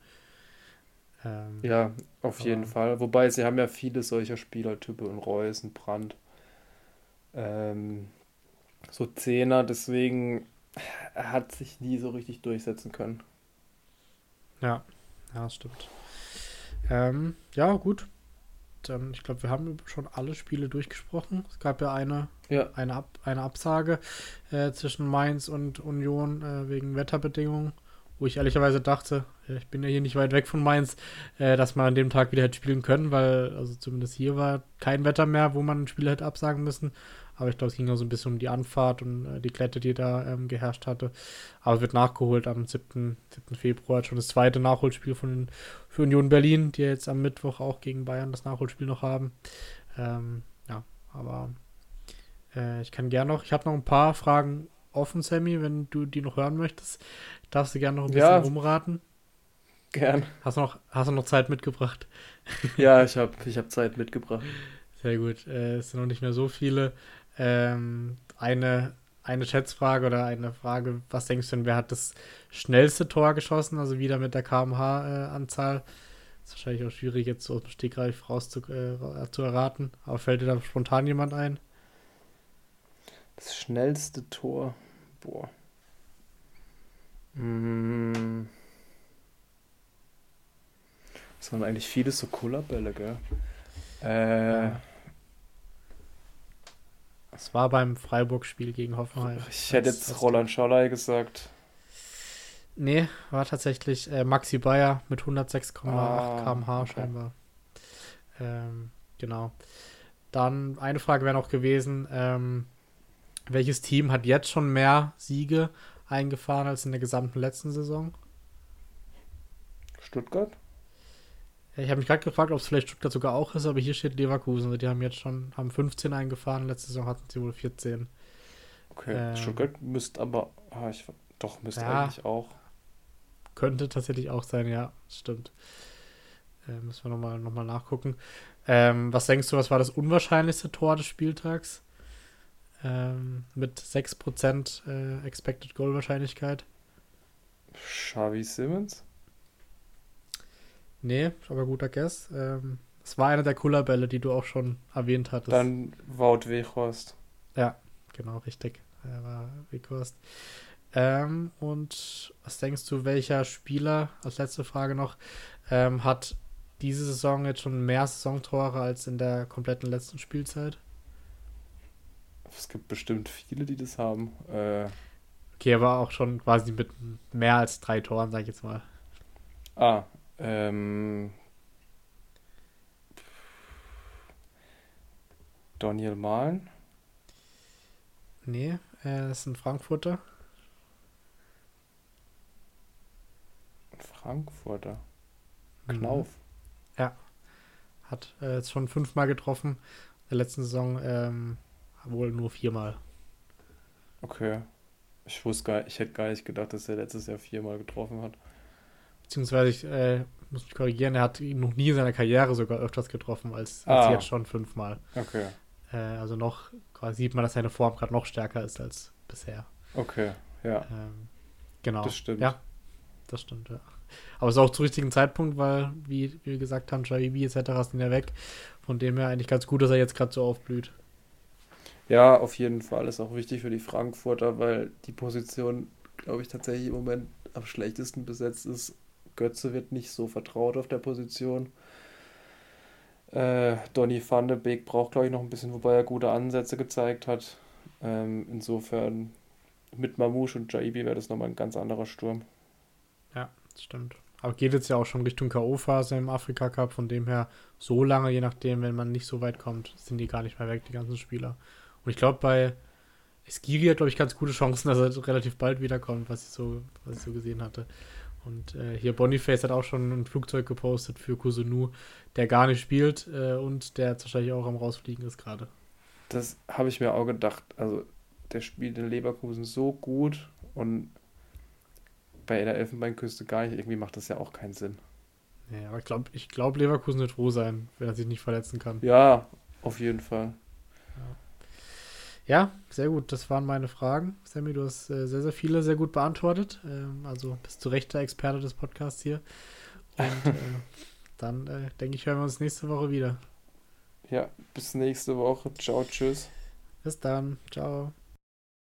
Ähm, ja, auf jeden aber Fall. Wobei sie haben ja viele solcher Spielertypen und Reus und Brandt. Ähm, so Zehner, deswegen er hat sich nie so richtig durchsetzen können. ja, ja, das stimmt. Ja, gut. Dann, ich glaube, wir haben schon alle Spiele durchgesprochen. Es gab ja Ja, eine Absage zwischen Mainz und Union wegen Wetterbedingungen, wo ich ehrlicherweise dachte, ich bin ja hier nicht weit weg von Mainz, dass man an dem Tag wieder hätte spielen können, weil also zumindest hier war kein Wetter mehr, wo man ein Spiel hätte absagen müssen. Aber ich glaube, es ging auch so ein bisschen um die Anfahrt und die Glätte, die da geherrscht hatte. Aber es wird nachgeholt am 7. Februar, schon das zweite Nachholspiel für Union Berlin, die jetzt am Mittwoch auch gegen Bayern das Nachholspiel noch haben. Ja, aber ich habe noch ein paar Fragen offen, Sammy, wenn du die noch hören möchtest. Darfst du gerne noch ein bisschen ja, rumraten? gern. Hast du noch Zeit mitgebracht? Ja, ich hab Zeit mitgebracht. Sehr gut. Es sind noch nicht mehr so viele. Eine Schätzfrage oder eine Frage, was denkst du denn, wer hat das schnellste Tor geschossen? Also wieder mit der kmh-Anzahl. Ist wahrscheinlich auch schwierig jetzt so aus dem Stegreif zu erraten. Aber fällt dir da spontan jemand ein? Das schnellste Tor. Boah. Mm, Das waren eigentlich viele so Kullerbälle, gell? Äh, Ja. Es war beim Freiburg-Spiel gegen Hoffenheim. Ich hätte jetzt Roland Scholley gesagt. Nee, war tatsächlich Maxi Bayer mit 106,8 Ah, km/h okay. scheinbar. Genau. Dann eine Frage wäre noch gewesen, welches Team hat jetzt schon mehr Siege eingefahren als in der gesamten letzten Saison? Stuttgart? Ich habe mich gerade gefragt, ob es vielleicht Stuttgart sogar auch ist, aber hier steht Leverkusen. Also die haben 15 eingefahren, letzte Saison hatten sie wohl 14. Okay. Ähm, Stuttgart müsste aber. Doch, müsste ja, eigentlich auch. könnte tatsächlich auch sein, ja, stimmt. Müssen wir noch mal nachgucken. Was denkst du, was war das unwahrscheinlichste Tor des Spieltags? Mit 6% Expected Goal Wahrscheinlichkeit. Xavi Simmons? Nee, aber guter Guess. Es war einer der Kullerbälle, die du auch schon erwähnt hattest. Dann Wout Weghorst. Ja, genau, richtig. Er war Weghorst. Und was denkst du, welcher Spieler, als letzte Frage noch, hat diese Saison jetzt schon mehr Saisontore als in der kompletten letzten Spielzeit? Es gibt bestimmt viele, die das haben. Okay, er war auch schon quasi mit mehr als 3 Toren, sag ich jetzt mal. Ah, ähm, Daniel Mahlen? Nee, er ist ein Frankfurter. Frankfurter. Mhm. Knauf. Ja, hat jetzt schon 5-mal getroffen. In der letzten Saison wohl nur 4-mal. Okay. Ich hätte gar nicht gedacht, dass er letztes Jahr 4-mal getroffen hat. Beziehungsweise ich muss mich korrigieren, er hat ihn noch nie in seiner Karriere sogar öfters getroffen als jetzt Ah, schon 5-mal. okay. Also noch quasi sieht man, dass seine Form gerade noch stärker ist als bisher. Okay, ja, Ähm, das genau. stimmt. Ja, das stimmt, ja. Aber es ist auch zu richtigen Zeitpunkt, weil, wie wir gesagt haben, Shaibi etc. sind ja weg. Von dem her eigentlich ganz gut, dass er jetzt gerade so aufblüht. Ja, auf jeden Fall ist auch wichtig für die Frankfurter, weil die Position, glaube ich, tatsächlich im Moment am schlechtesten besetzt ist. Götze wird nicht so vertraut auf der Position. Donny van de Beek braucht, glaube ich, noch ein bisschen, wobei er gute Ansätze gezeigt hat. Insofern mit Mamouche und Jaibi wäre das nochmal ein ganz anderer Sturm. Ja, das stimmt. Aber geht jetzt ja auch schon Richtung K.O.-Phase im Afrika Cup, von dem her so lange, je nachdem, wenn man nicht so weit kommt, sind die gar nicht mehr weg, die ganzen Spieler. Und ich glaube, bei Skiri hat, glaube ich, ganz gute Chancen, dass er relativ bald wiederkommt, was ich so gesehen hatte. Und hier Boniface hat auch schon ein Flugzeug gepostet für Kusunu, der gar nicht spielt und der jetzt wahrscheinlich auch am rausfliegen ist gerade. Das habe ich mir auch gedacht. Also, der spielt in Leverkusen so gut und bei der Elfenbeinküste gar nicht. Irgendwie macht das ja auch keinen Sinn. Ja, aber ich glaub, Leverkusen wird froh sein, wenn er sich nicht verletzen kann. Ja, auf jeden Fall. Ja, sehr gut. Das waren meine Fragen. Sammy, du hast sehr, sehr viele sehr gut beantwortet. Also bist du rechter Experte des Podcasts hier. Und dann denke ich, hören wir uns nächste Woche wieder. Ja, bis nächste Woche. Ciao, tschüss. Bis dann. Ciao.